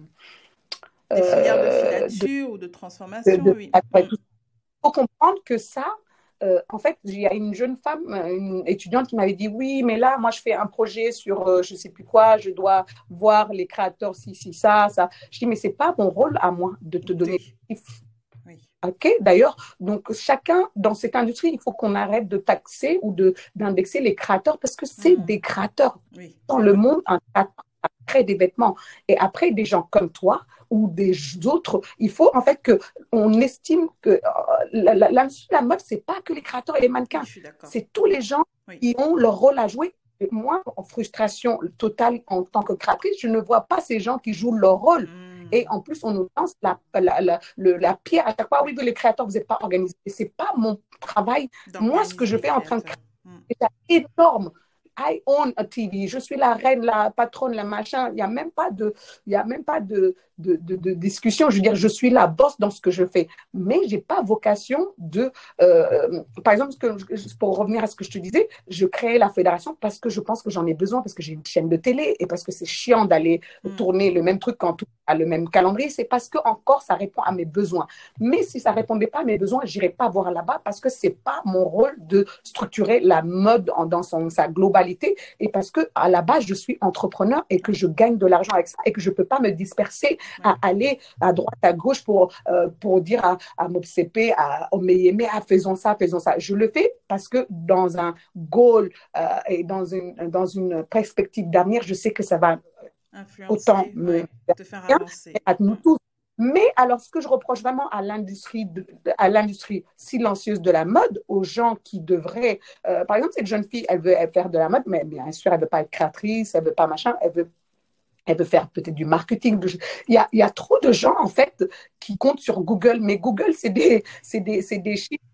Des filières de euh, de, filature ou de de, transformation, de, oui. il Mm. faut comprendre que ça, euh, en fait, il y a une jeune femme, une étudiante qui m'avait dit oui, mais là, moi, je fais un projet sur euh, je ne sais plus quoi, je dois voir les créateurs, si, si, ça, ça. Je dis, mais ce n'est pas mon rôle à moi de te donner. Oui. Oui. OK, d'ailleurs, donc chacun dans cette industrie, il faut qu'on arrête de taxer ou de, d'indexer les créateurs parce que c'est Mm. des créateurs. Oui, Dans le monde, un créateur crée des vêtements. Et après, des gens comme toi ou des autres, il faut en fait qu'on estime que euh, l'industrie de la mode, c'est pas que les créateurs et les mannequins. Oui, c'est tous les gens oui. qui ont leur rôle à jouer. Et moi, en frustration totale en tant que créatrice, je ne vois pas ces gens qui jouent leur rôle. Mmh. Et en plus, on nous lance la, la, la, la, la pierre à chaque fois. Oui, les créateurs, vous n'êtes pas organisés. Ce n'est pas mon travail. Moi, ce que je fais en train de créer, mmh. c'est énorme. I own a T V. Je suis la reine, la patronne, la machin. Il n'y a même pas de, il y a même pas de, de, de, de discussion. Je veux dire, je suis la boss dans ce que je fais. Mais je n'ai pas vocation de... Euh, par exemple, pour revenir à ce que je te disais, je crée la fédération parce que je pense que j'en ai besoin, parce que j'ai une chaîne de télé et parce que c'est chiant d'aller mm. tourner le même truc quand tout a le même calendrier. C'est parce que encore ça répond à mes besoins. Mais si ça ne répondait pas à mes besoins, je n'irais pas voir là-bas parce que ce n'est pas mon rôle de structurer la mode en, dans son, sa globalité. Et parce que à la base je suis entrepreneur et que je gagne de l'argent avec ça et que je peux pas me disperser à aller à droite à gauche pour euh, pour dire à, à Mopsepe, à Omeyeme, à faisons ça, faisons ça. Je le fais parce que dans un goal euh, et dans une dans une perspective d'avenir, je sais que ça va influencer, autant me ouais, te faire avancer. À nous tous. Mais alors, ce que je reproche vraiment à l'industrie, de, à l'industrie silencieuse de la mode, aux gens qui devraient... Euh, par exemple, cette jeune fille, elle veut elle faire de la mode, mais bien sûr, elle ne veut pas être créatrice, elle ne veut pas machin, elle veut, elle veut faire peut-être du marketing. Il y a, il y a trop de gens, en fait, qui comptent sur Google. Mais Google, c'est des, c'est des, c'est des chiffres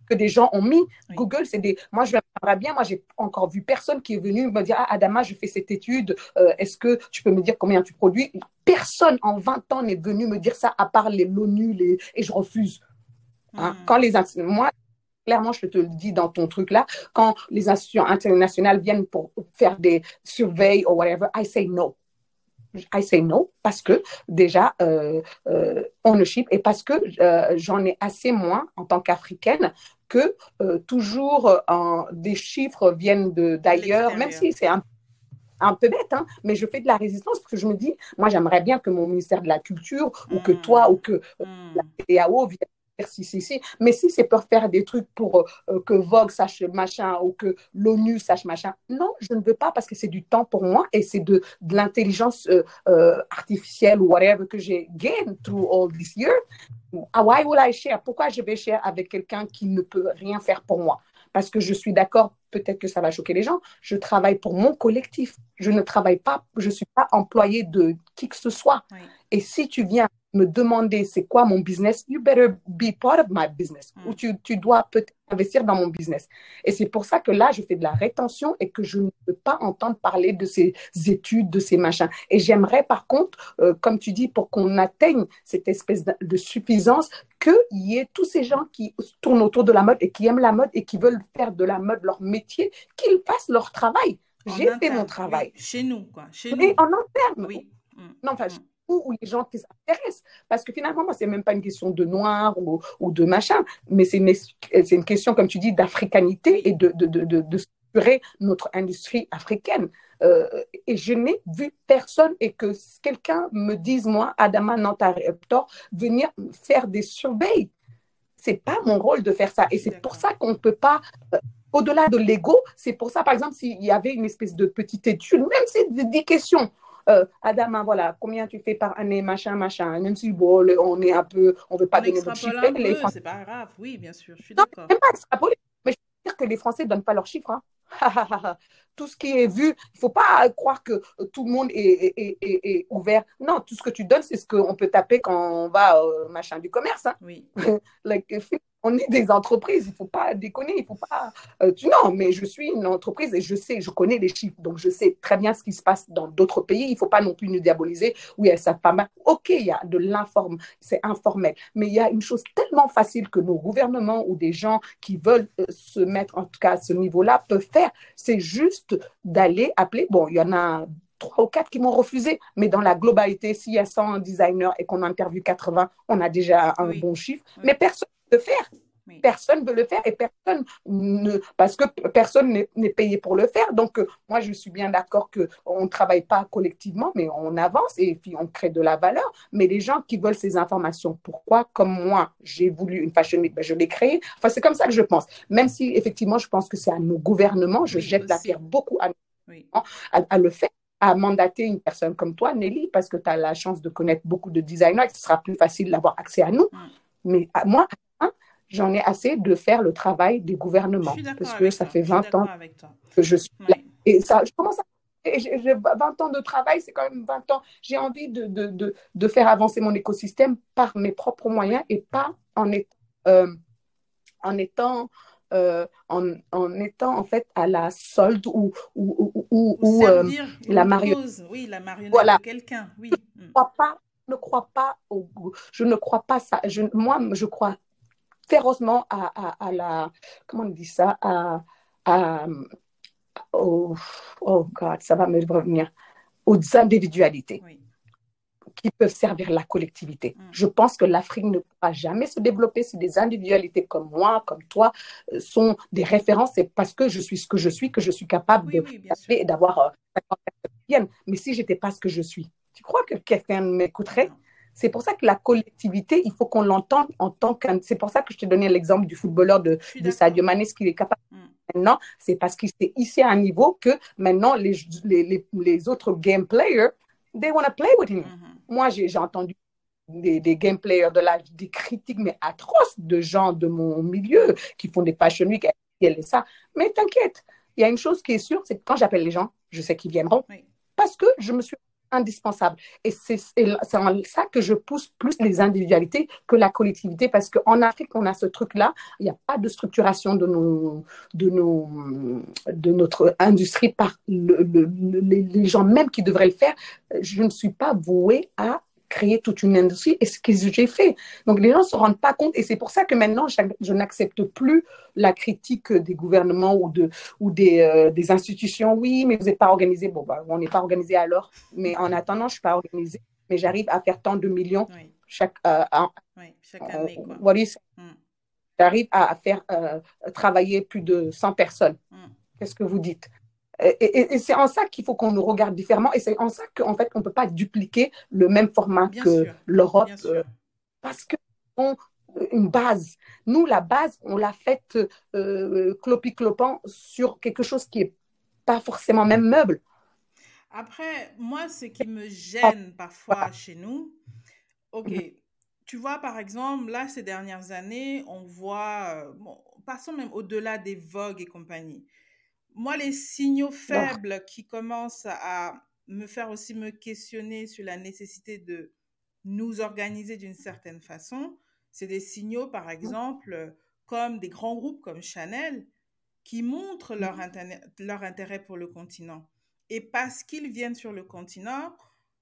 que des gens ont mis. Oui. Google, c'est des. Moi, je j'aimerais bien. Moi, j'ai encore vu personne qui est venu me dire, ah, Adama, je fais cette étude. Euh, est-ce que tu peux me dire combien tu produis? Personne en vingt ans n'est venu me dire ça, à part les l'ONU, les... et je refuse. Hein. Hmm. Quand les moi, clairement, je te le dis dans ton truc là, quand les institutions internationales viennent pour faire des surveilles ou whatever, I say no. I say no parce que déjà, euh, euh, ownership et parce que euh, j'en ai assez moins en tant qu'Africaine que euh, toujours euh, des chiffres viennent de, d'ailleurs, même si c'est un, un peu bête, hein, mais je fais de la résistance parce que je me dis, moi j'aimerais bien que mon ministère de la Culture ou que toi ou que euh, Hmm. la C D A O vienne si, si, si. Mais si c'est pour faire des trucs pour euh, que Vogue sache machin ou que l'ONU sache machin, non, je ne veux pas parce que c'est du temps pour moi et c'est de, de l'intelligence euh, euh, artificielle ou whatever que j'ai gained through all this year. Why will I share? Pourquoi je vais share avec quelqu'un qui ne peut rien faire pour moi? Parce que je suis d'accord, peut-être que ça va choquer les gens, je travaille pour mon collectif. Je ne travaille pas, je ne suis pas employée de qui que ce soit. Oui. Et si tu viens me demander c'est quoi mon business, you better be part of my business. Mm. Ou tu, tu dois peut-être investir dans mon business. Et c'est pour ça que là, je fais de la rétention et que je ne peux pas entendre parler de ces études, de ces machins. Et j'aimerais par contre, euh, comme tu dis, pour qu'on atteigne cette espèce de, de suffisance, qu'il y ait tous ces gens qui tournent autour de la mode et qui aiment la mode et qui veulent faire de la mode leur métier, qu'ils fassent leur travail. En J'ai interne, fait mon travail. Oui. Chez nous, quoi. Chez Et nous. en interne. Oui. Mm. Non, enfin, Mm. où les gens qui s'intéressent. Parce que finalement, moi, c'est même pas une question de noir ou, ou de machin, mais c'est une, c'est une question, comme tu dis, d'africanité Oui. et de, de, de, de, de structurer notre industrie africaine. Euh, et je n'ai vu personne et que quelqu'un me dise, moi, Adama Nantareptor, venir faire des surveilles. C'est pas mon rôle de faire ça. Et c'est D'accord. pour ça qu'on ne peut pas... Euh, au-delà de l'ego, c'est pour ça, par exemple, s'il y avait une espèce de petite étude, même si c'est des questions, euh, Adama, voilà, combien tu fais par année, machin, machin, même si bon, on est un peu, on veut pas On donner notre extrapole chiffre. un Les peu, Français... c'est pas grave. Oui, bien sûr, je suis Non, d'accord. même pas extrapoler, mais je veux dire que les Français ne donnent pas leurs chiffres. Hein. Tout ce qui est vu, il ne faut pas croire que tout le monde est, est, est, est, est ouvert. Non, tout ce que tu donnes, c'est ce qu'on peut taper quand on va au machin du commerce. Hein. Oui. like, on est des entreprises, il ne faut pas déconner, il faut pas... Euh, tu, non, mais je suis une entreprise et je sais, je connais les chiffres, donc je sais très bien ce qui se passe dans d'autres pays. Il ne faut pas non plus nous diaboliser. Oui, elles savent pas mal. OK, il y a de l'informel, c'est informel, mais il y a une chose tellement facile que nos gouvernements ou des gens qui veulent euh, se mettre, en tout cas à ce niveau-là, peuvent faire. C'est juste d'aller appeler, bon, il y en a trois ou quatre qui m'ont refusé, mais dans la globalité, s'il y a cent designers et qu'on interviewe quatre-vingts, on a déjà un Oui. bon chiffre, Oui. mais personne ne veut le faire. Oui. Personne ne veut le faire et personne ne, parce que personne n'est, n'est payé pour le faire. Donc, euh, moi, je suis bien d'accord qu'on ne travaille pas collectivement, mais on avance et puis on crée de la valeur. Mais les gens qui veulent ces informations, pourquoi, comme moi, j'ai voulu une Fashion Week, ben, je l'ai créée. Enfin, c'est comme ça que je pense. Même si, effectivement, je pense que c'est à nos gouvernements, je Oui, jette aussi. la pierre beaucoup à, Oui. à, à le faire, à mandater une personne comme toi, Nelly, parce que tu as la chance de connaître beaucoup de designers et que ce sera plus facile d'avoir accès à nous. Mm. Mais à, moi, j'en ai assez de faire le travail des gouvernements. Parce que ça toi. fait vingt ans avec toi. que je suis Oui. là. Et ça, je commence à. Et j'ai, j'ai vingt ans de travail, c'est quand même vingt ans. J'ai envie de, de, de, de faire avancer mon écosystème par mes propres moyens et pas en, est, euh, en étant. Euh, en, en étant en fait à la solde ou, ou, ou, ou, Ou ou euh, servir la une marionnette. cause. Oui, la marionnette Voilà. de quelqu'un. Oui. Je ne crois pas, je ne crois pas au, je ne crois pas ça. Je, moi, je crois férocement à, à, à la, comment on dit ça, à, à oh, oh God, ça va me revenir, aux individualités Oui. qui peuvent servir la collectivité. Mm. Je pense que l'Afrique ne pourra jamais se développer si des individualités comme moi, comme toi, euh, sont des références. C'est parce que je suis ce que je suis que je suis capable Oui, de oui, bien sûr. et d'avoir euh, cinquante personnes qui viennent. Mais si je n'étais pas ce que je suis, tu crois que quelqu'un m'écouterait? Non. C'est pour ça que la collectivité, il faut qu'on l'entende en tant qu'un... C'est pour ça que je t'ai donné l'exemple du footballeur de, Je suis de d'accord. Sadio Mané, ce qu'il est capable Mm. maintenant, c'est parce qu'il s'est hissé à un niveau que maintenant, les, les, les, les autres game players, they want to play with him. Mhm. Moi, j'ai, j'ai entendu des, des game players de la, des critiques, mais atroces, de gens de mon milieu qui font des fashion week et ça. Mais t'inquiète, il y a une chose qui est sûre, c'est que quand j'appelle les gens, je sais qu'ils viendront Oui. parce que je me suis indispensable. Et c'est c'est en ça que je pousse plus les individualités que la collectivité, parce qu'en Afrique, on a ce truc-là, il n'y a pas de structuration de, nos, de, nos, de notre industrie par le, le, le, les gens même qui devraient le faire. Je ne suis pas vouée à créer toute une industrie, et ce que j'ai fait. Donc les gens ne se rendent pas compte, et c'est pour ça que maintenant, je, je n'accepte plus la critique des gouvernements ou, de, ou des, euh, des institutions. Oui, mais vous n'êtes pas organisé. Bon, bah, on n'est pas organisé alors, mais en attendant, je ne suis pas organisée, mais j'arrive à faire tant de millions Oui. chaque, euh, en, Oui, chaque année, quoi. Voilà, Mm. j'arrive à faire euh, travailler plus de cent personnes. Mm. Qu'est-ce que vous dites? Et, et, et c'est en ça qu'il faut qu'on nous regarde différemment, et c'est en ça qu'en fait, on ne peut pas dupliquer le même format Bien que sûr. l'Europe, Bien sûr. euh, parce que on, une base. Nous, la base, on l'a faite euh, clopi-clopant sur quelque chose qui n'est pas forcément même meuble. Après, moi, ce qui me gêne parfois Voilà. chez nous, ok, tu vois, par exemple, là, ces dernières années, on voit, euh, bon, passons même au-delà des vogues et compagnie. Moi, les signaux faibles qui commencent à me faire aussi me questionner sur la nécessité de nous organiser d'une certaine façon, c'est des signaux, par exemple, comme des grands groupes comme Chanel, qui montrent leur intérêt, leur intérêt pour le continent. Et parce qu'ils viennent sur le continent,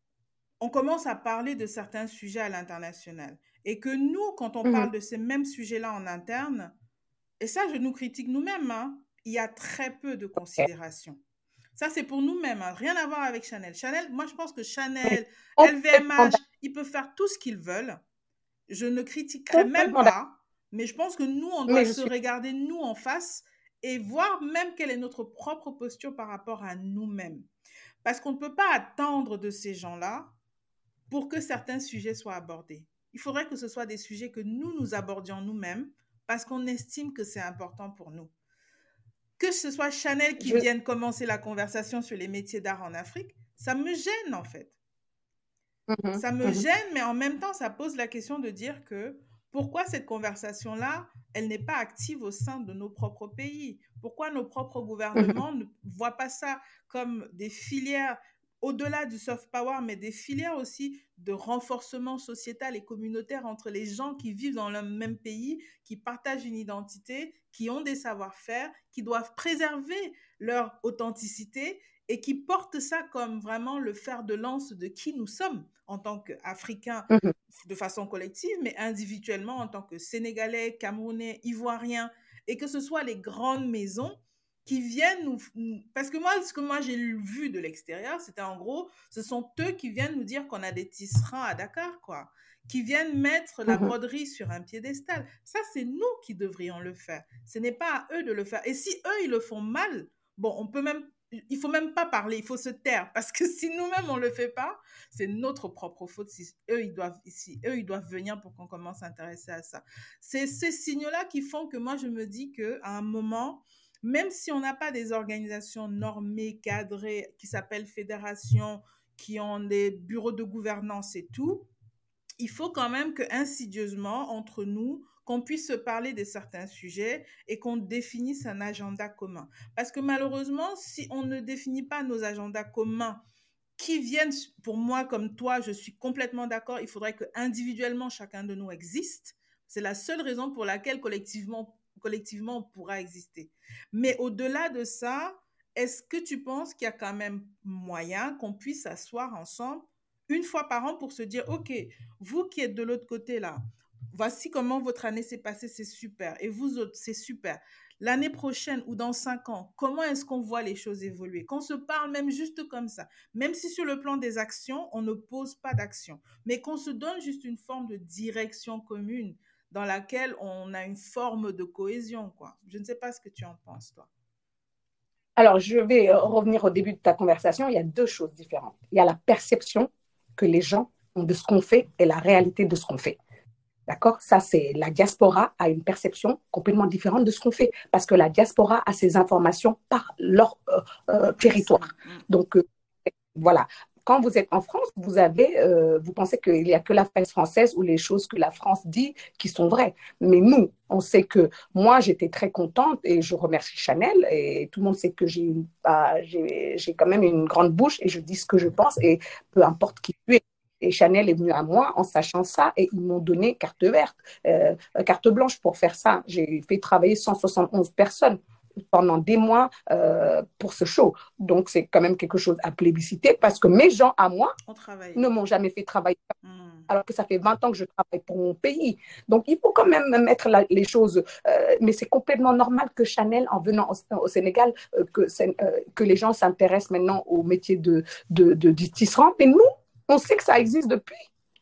on commence à parler de certains sujets à l'international. Et que nous, quand on parle de ces mêmes sujets-là en interne, et ça, je nous critique nous-mêmes, hein, il y a très peu de considération. Ça, c'est pour nous-mêmes, hein, rien à voir avec Chanel. Chanel, moi, je pense que Chanel, L V M H, ils peuvent faire tout ce qu'ils veulent. Je ne critiquerai même pas, mais je pense que nous, on doit se suis... regarder, nous, en face, et voir même quelle est notre propre posture par rapport à nous-mêmes. Parce qu'on ne peut pas attendre de ces gens-là pour que certains sujets soient abordés. Il faudrait que ce soit des sujets que nous, nous abordions nous-mêmes parce qu'on estime que c'est important pour nous. Que ce soit Chanel qui Je... vienne commencer la conversation sur les métiers d'art en Afrique, ça me gêne en fait. Mm-hmm. Ça me mm-hmm. gêne, mais en même temps, ça pose la question de dire que pourquoi cette conversation-là, elle n'est pas active au sein de nos propres pays? Pourquoi nos propres gouvernements mm-hmm. ne voient pas ça comme des filières au-delà du soft power, mais des filières aussi de renforcement sociétal et communautaire entre les gens qui vivent dans le même pays, qui partagent une identité, qui ont des savoir-faire, qui doivent préserver leur authenticité et qui portent ça comme vraiment le fer de lance de qui nous sommes en tant qu'Africains mmh. de façon collective, mais individuellement en tant que Sénégalais, Camerounais, Ivoiriens, et que ce soit les grandes maisons qui viennent nous... Parce que moi, ce que moi j'ai vu de l'extérieur, c'était en gros, ce sont eux qui viennent nous dire qu'on a des tisserands à Dakar, quoi, qui viennent mettre la broderie mmh. sur un piédestal. Ça, c'est nous qui devrions le faire. Ce n'est pas à eux de le faire. Et si eux, ils le font mal, bon, on peut même... Il ne faut même pas parler, il faut se taire. Parce que si nous-mêmes, on ne le fait pas, c'est notre propre faute. Si eux, ils doivent, si eux, ils doivent venir pour qu'on commence à s'intéresser à ça. C'est ces signaux-là qui font que moi, je me dis qu'à un moment... Même si on n'a pas des organisations normées, cadrées, qui s'appellent fédérations, qui ont des bureaux de gouvernance et tout, il faut quand même que insidieusement, entre nous, qu'on puisse se parler de certains sujets et qu'on définisse un agenda commun. Parce que malheureusement, si on ne définit pas nos agendas communs qui viennent, pour moi comme toi, je suis complètement d'accord, il faudrait que individuellement chacun de nous existe. C'est la seule raison pour laquelle collectivement, collectivement on pourra exister. Mais au-delà de ça, est-ce que tu penses qu'il y a quand même moyen qu'on puisse s'asseoir ensemble une fois par an pour se dire, OK, vous qui êtes de l'autre côté là, voici comment votre année s'est passée, c'est super. Et vous autres, c'est super. L'année prochaine ou dans cinq ans, comment est-ce qu'on voit les choses évoluer? Qu'on se parle même juste comme ça. Même si sur le plan des actions, on ne pose pas d'action. Mais qu'on se donne juste une forme de direction commune dans laquelle on a une forme de cohésion, quoi. Je ne sais pas ce que tu en penses, toi. Alors, je vais revenir au début de ta conversation. Il y a deux choses différentes. Il y a la perception que les gens ont de ce qu'on fait et la réalité de ce qu'on fait. D'accord? Ça, c'est la diaspora a une perception complètement différente de ce qu'on fait parce que la diaspora a ses informations par leur euh, euh, territoire. Donc, euh, voilà. quand vous êtes en France, vous avez, euh, vous pensez qu'il n'y a que la presse française ou les choses que la France dit qui sont vraies. Mais nous, on sait que moi, j'étais très contente et je remercie Chanel et tout le monde sait que j'ai, bah, j'ai, j'ai quand même une grande bouche et je dis ce que je pense et peu importe qui tu es. Et Chanel est venu à moi en sachant ça et ils m'ont donné carte verte, euh, carte blanche pour faire ça. J'ai fait travailler cent soixante onze personnes pendant des mois euh, pour ce show. Donc, c'est quand même quelque chose à plébisciter parce que mes gens à moi ne m'ont jamais fait travailler mmh. alors que ça fait vingt ans que je travaille pour mon pays. Donc, il faut quand même mettre la, les choses. Euh, mais c'est complètement normal que Chanel, en venant au, au Sénégal, euh, que, euh, que les gens s'intéressent maintenant au métier de, de, de, de tisserand. Mais nous, on sait que ça existe depuis.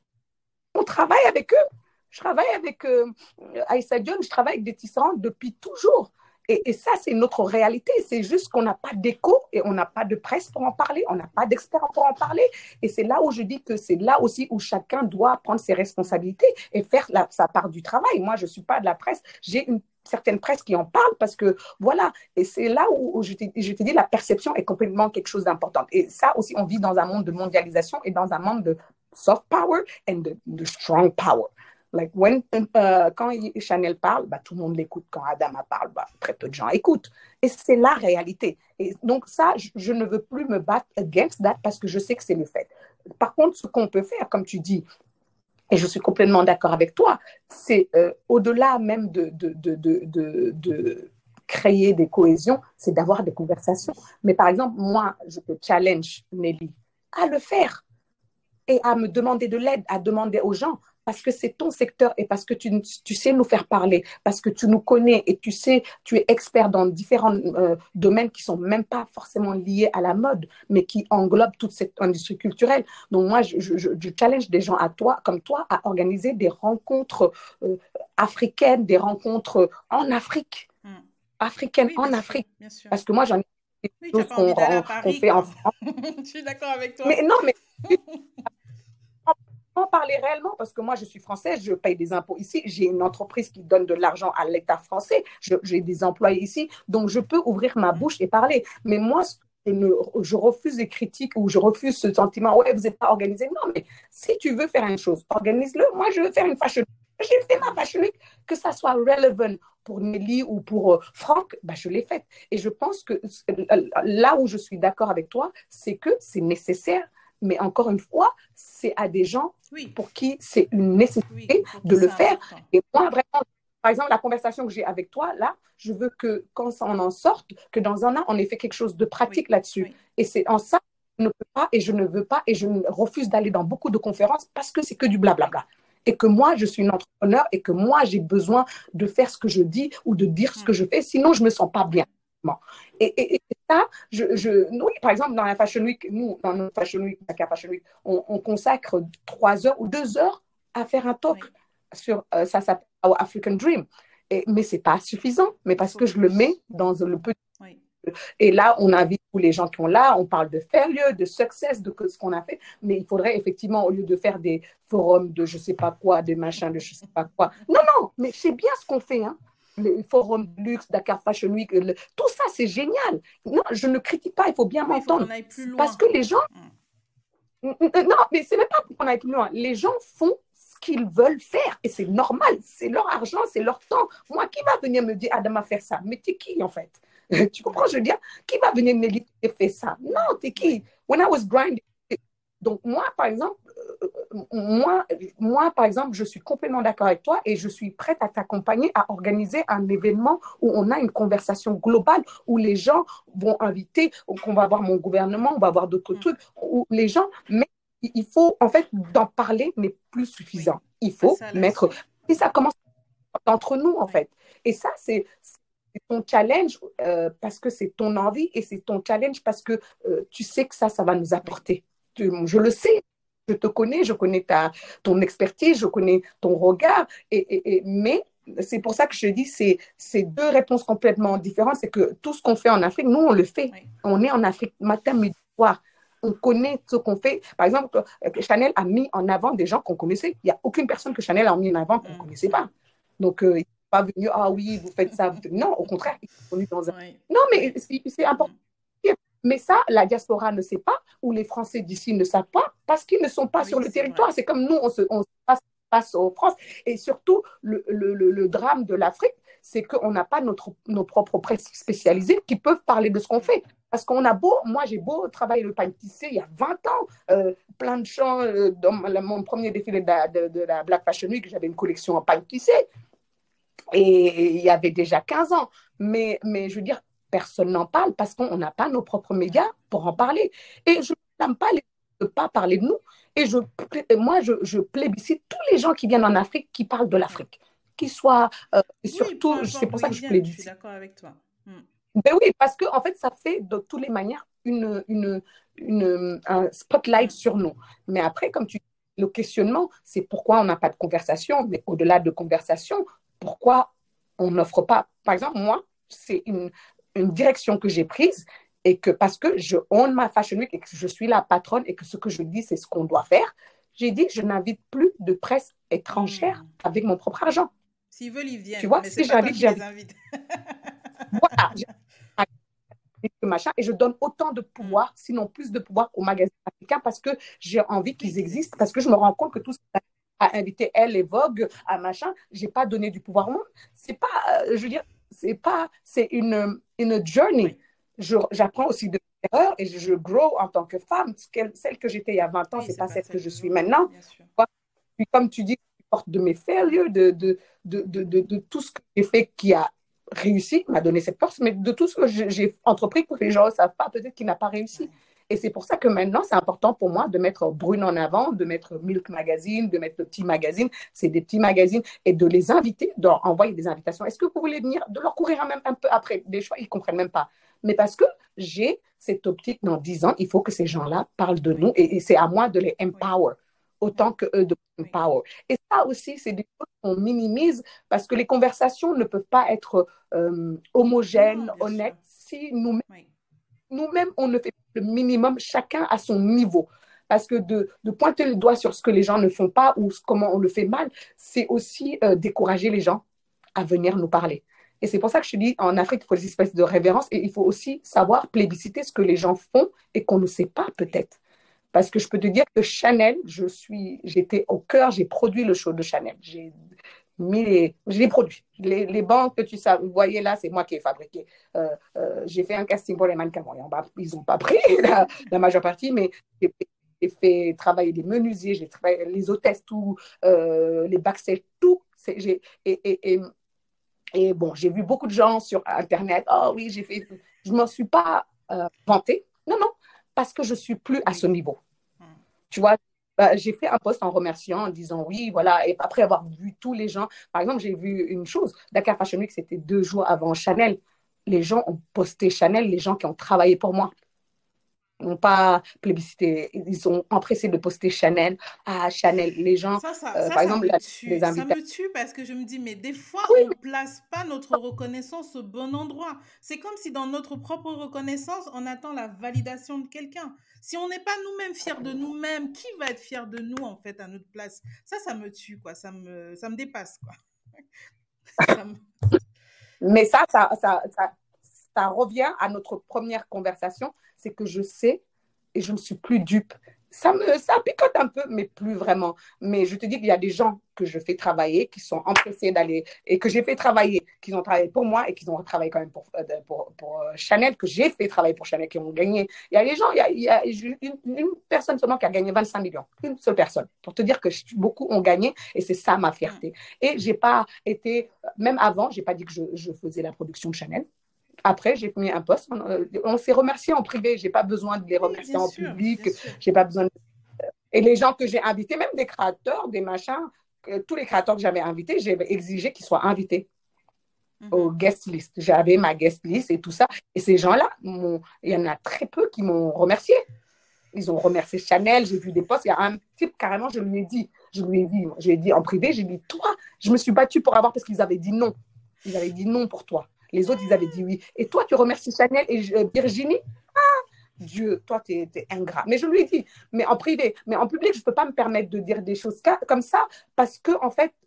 On travaille avec eux. Je travaille avec euh, Aïssa Dione, je travaille avec des tisserands depuis toujours. Et, et ça, c'est notre réalité. C'est juste qu'on n'a pas d'écho et on n'a pas de presse pour en parler. On n'a pas d'experts pour en parler. Et c'est là où je dis que c'est là aussi où chacun doit prendre ses responsabilités et faire la, sa part du travail. Moi, je ne suis pas de la presse. J'ai une certaine presse qui en parle parce que, voilà, et c'est là où, où je, t'ai, je t'ai dit, la perception est complètement quelque chose d'important. Et ça aussi, on vit dans un monde de mondialisation et dans un monde de soft power and de, de strong power. Like when, uh, quand Chanel parle, bah, tout le monde l'écoute. Quand Adama parle, bah, très peu de gens écoutent. Et c'est la réalité. Et donc ça, je, je ne veux plus me battre against that parce que je sais que c'est le fait. Par contre, ce qu'on peut faire, comme tu dis, et je suis complètement d'accord avec toi, c'est euh, au-delà même de, de, de, de, de, de créer des cohésions, c'est d'avoir des conversations. Mais par exemple, moi, je te challenge, Nelly, à le faire et à me demander de l'aide, à demander aux gens, parce que c'est ton secteur et parce que tu, tu sais nous faire parler, parce que tu nous connais et tu sais, tu es expert dans différents euh, domaines qui ne sont même pas forcément liés à la mode, mais qui englobent toute cette industrie culturelle. Donc moi, je, je, je challenge des gens à toi, comme toi, à organiser des rencontres euh, africaines, des rencontres en Afrique, mmh. africaines oui, en Afrique. Sûr, bien sûr. Parce que moi, j'en ai des oui, choses qu'on, qu'on fait en France. Je suis d'accord avec toi. Mais non, mais... en parler réellement, parce que moi, je suis française, je paye des impôts ici, j'ai une entreprise qui donne de l'argent à l'État français, je, j'ai des employés ici, donc je peux ouvrir ma bouche et parler. Mais moi, je, ne, je refuse les critiques ou je refuse ce sentiment, ouais, vous n'êtes pas organisé. Non, mais si tu veux faire une chose, organise-le. Moi, je veux faire une fashion week. J'ai fait ma fashion week, que ça soit relevant pour Nelly ou pour euh, Franck, bah, je l'ai faite. Et je pense que là où je suis d'accord avec toi, c'est que c'est nécessaire. Mais encore une fois, c'est à des gens oui. pour qui c'est une nécessité oui, de le faire. Important. Et moi, vraiment, par exemple, la conversation que j'ai avec toi, là, je veux que quand on en sorte, que dans un an, on ait fait quelque chose de pratique oui. là-dessus. Oui. Et c'est en ça que je ne peux pas et je ne veux pas et je refuse d'aller dans beaucoup de conférences parce que c'est que du blablabla. Et que moi, je suis une entrepreneur et que moi, j'ai besoin de faire ce que je dis ou de dire ce que je fais, sinon je ne me sens pas bien. Et, et, et ça, je, je, oui, par exemple, dans la Fashion Week, nous, dans notre Fashion Week, la Fashion Week, on, on consacre trois heures ou deux heures à faire un talk oui. sur, euh, ça s'appelle Our African Dream. Et, mais ce n'est pas suffisant, mais parce que je le mets dans le petit. Oui. Et là, on invite tous les gens qui sont là, on parle de failure, de success, de ce qu'on a fait, mais il faudrait effectivement, au lieu de faire des forums de je ne sais pas quoi, des machins de je ne sais pas quoi, non, non, mais c'est bien ce qu'on fait, hein. Les forums de luxe, Dakar Fashion Week, le, tout ça, c'est génial. Non, je ne critique pas, il faut bien oui, m'entendre. Il faut qu'on aille plus loin. Parce que les gens... Mmh. Non, mais ce n'est même pas pour qu'on aille plus loin. Les gens font ce qu'ils veulent faire et c'est normal. C'est leur argent, c'est leur temps. Moi, qui va venir me dire, Adama, faire ça? Mais t'es qui, en fait? Tu comprends, je veux dire? Qui va venir me dire, fais ça? Non, t'es qui? When I was grinding. Donc, moi, par exemple, moi, moi, par exemple, je suis complètement d'accord avec toi et je suis prête à t'accompagner à organiser un événement où on a une conversation globale, où les gens vont inviter, qu'on va voir mon gouvernement, on va voir d'autres mmh. trucs, où les gens, mais il faut, en fait, d'en parler n'est plus suffisant. Il faut ça, mettre, et ça commence entre nous, en fait. Et ça, c'est, c'est ton challenge euh, parce que c'est ton envie et c'est ton challenge parce que euh, tu sais que ça, ça va nous apporter. Je le sais, je te connais, je connais ta, ton expertise, je connais ton regard, et, et, et, mais c'est pour ça que je dis c'est c'est deux réponses complètement différentes. C'est que tout ce qu'on fait en Afrique, nous, on le fait. Oui. On est en Afrique matin, midi, soir. On connaît ce qu'on fait. Par exemple, Chanel a mis en avant des gens qu'on connaissait. Il n'y a aucune personne que Chanel a mis en avant qu'on ne mmh. connaissait pas. Donc, euh, il n'est pas venu, ah oui, vous faites ça. Non, au contraire, il est venu dans un... Oui. Non, mais c'est, c'est important. Mais ça, la diaspora ne sait pas, ou les Français d'ici ne savent pas, parce qu'ils ne sont pas Oui, sur le c'est vrai. territoire. C'est comme nous, on se, on se passe, passe aux France. Et surtout, le, le, le, le drame de l'Afrique, c'est qu'on n'a pas notre, nos propres presse C'est ça. spécialisées qui peuvent parler de ce qu'on Mm. fait. Parce qu'on a beau, moi j'ai beau travailler le pain tissé il y a vingt ans, euh, plein de gens, euh, dans mon premier défilé de la, de, de la Black Fashion Week, j'avais une collection en pain tissé, et il y avait déjà quinze ans. Mais, mais je veux dire, personne n'en parle parce qu'on n'a pas nos propres médias Ouais. pour en parler. Et je n'aime pas les, de pas parler de nous. Et je, moi, je, je plébiscite tous les gens qui viennent en Afrique qui parlent de Ouais. l'Afrique. Qui soient, euh, Oui, peu surtout, c'est importe pour d'où ça ils que je viennent, je suis plébiscite. d'accord avec toi. Mm. Ben oui, parce que en fait, ça fait de toutes les manières une, une, une, un spotlight Mm. sur nous. Mais après, comme tu dis, le questionnement, c'est pourquoi on n'a pas de conversation, mais au-delà de conversation, pourquoi on n'offre pas. Par exemple, moi, c'est une, une direction que j'ai prise et que parce que je own ma Fashion Week et que je suis la patronne et que ce que je dis, c'est ce qu'on doit faire, j'ai dit, je n'invite plus de presse étrangère Mm. avec mon propre argent. S'ils veulent, ils Tu viennent, vois, mais c'est si pas toi j'invite, qui les j'invite. invites. Voilà, machin, et je donne autant de Mm. pouvoir, sinon plus de pouvoir aux magasins africains parce que j'ai envie Oui, qu'ils qu'ils existent, parce que existent. je me rends compte que tout ça à inviter elle et Vogue à machin, j'ai pas donné du pouvoir au monde. C'est pas, euh, je veux dire, c'est pas, c'est une, une journey. Oui, Je, j'apprends aussi de mes erreurs et je, je grow en tant que femme. Celle que j'étais il y a vingt ans, oui, c'est c'est pas pas celle que celle je suis d'aujourd'hui, maintenant. bien sûr. Puis comme tu dis, je porte de mes failures, de, de, de, de, de, de tout ce que j'ai fait qui a réussi, m'a donné cette force, mais de tout ce que j'ai entrepris que les gens ne savent pas, peut-être qu'il n'a pas réussi. Ouais. Et c'est pour ça que maintenant, c'est important pour moi de mettre Brune en avant, de mettre Milk Magazine, de mettre le petit magazine. C'est des petits magazines et de les inviter, de leur envoyer des invitations. Est-ce que vous voulez venir, de leur courir même un peu après des choix, ils ne comprennent même pas. Mais parce que j'ai cette optique dans dix ans, il faut que ces gens-là parlent de nous Oui, et, et c'est à moi de les oui, empower autant oui, que eux de oui, empower. Et ça aussi, c'est des choses qu'on minimise parce que les conversations ne peuvent pas être euh, non, homogènes, bien sûr. honnêtes, si nous-mêmes, Oui, nous-mêmes, on ne fait pas le minimum, chacun à son niveau. Parce que de, de pointer le doigt sur ce que les gens ne font pas ou comment on le fait mal, c'est aussi euh, décourager les gens à venir nous parler. Et c'est pour ça que je te dis, en Afrique, il faut des espèces de révérence et il faut aussi savoir plébisciter ce que les gens font et qu'on ne sait pas oui. peut-être. Parce que je peux te dire que Chanel, je suis, j'étais au cœur, j'ai produit le show de Chanel. J'ai mis les, je l'ai produit. Les, les banques que tu sais, vous voyez là, c'est moi qui ai fabriqué. Euh, euh, j'ai fait un casting pour les mannequins. Bon, ils n'ont pas pris la, la majeure partie, mais j'ai j'ai fait travailler les menuisiers, j'ai travaillé les hôtesses, tout, euh, les backstage, tout. C'est, j'ai, et, et, et, et bon, j'ai vu beaucoup de gens sur Internet. Oh oui, j'ai fait. Je ne m'en suis pas euh, vantée. Non, non, parce que je ne suis plus à ce Oui. niveau. Mm. Tu vois, bah, j'ai fait un post en remerciant, en disant oui, voilà. Et après avoir vu tous les gens, par exemple, j'ai vu une chose, Dakar Fashion Week, c'était deux jours avant Chanel. Les gens ont posté Chanel, les gens qui ont travaillé pour moi n'ont pas plébiscité, ils sont empressés de poster Chanel. Ah, Chanel, les gens, Ça, ça, euh, ça, par ça exemple, me là, tue. des Ça invités. me tue parce que je me dis, mais des fois, Oui, on place pas notre reconnaissance au bon endroit. C'est comme si dans notre propre reconnaissance, on attend la validation de quelqu'un. Si on n'est pas nous-mêmes fiers de nous-mêmes, qui va être fier de nous, en fait, à notre place? Ça, ça me tue, quoi. Ça me, ça me dépasse, quoi. Ça me... mais ça, ça, ça, ça, ça revient à notre première conversation, c'est que je sais et je ne suis plus dupe. Ça me, ça picote un peu, mais plus vraiment. Mais je te dis qu'il y a des gens que je fais travailler, qui sont empressés d'aller, et que j'ai fait travailler, qui ont travaillé pour moi et qui ont travaillé quand même pour, euh, pour, pour Chanel, que j'ai fait travailler pour Chanel, qui ont gagné. Il y a des gens, il y a, il y a une, une, personne seulement qui a gagné vingt-cinq millions. Une seule personne. Pour te dire que beaucoup ont gagné, et c'est ça ma Mm. fierté. Et j'ai pas été, même avant, j'ai pas dit que je, je faisais la production de Chanel. Après, j'ai mis un poste. On, euh, on s'est remercié en privé. J'ai pas besoin de les Oui, remercier bien en sûr, bien public. sûr. J'ai pas besoin. De... Et les gens que j'ai invités, même des créateurs, des machins, euh, tous les créateurs que j'avais invités, j'ai exigé qu'ils soient invités au Mhm. guest list. J'avais ma guest list et tout ça. Et ces gens-là, il y en a très peu qui m'ont remercié. Ils ont remercié Chanel. J'ai vu des posts. Il y a un type, carrément, je lui ai dit, je lui ai dit, je lui ai dit en privé, j'ai dit, toi, je me suis battue pour avoir parce qu'ils avaient dit non. Ils avaient dit non pour toi. Les autres, ils avaient dit oui. Et toi, tu remercies Chanel et euh, Virginie. Dieu, toi, tu es, ingrat. Mais je lui ai dit, mais en privé, mais en public, je ne peux pas me permettre de dire des choses comme ça parce que, en fait,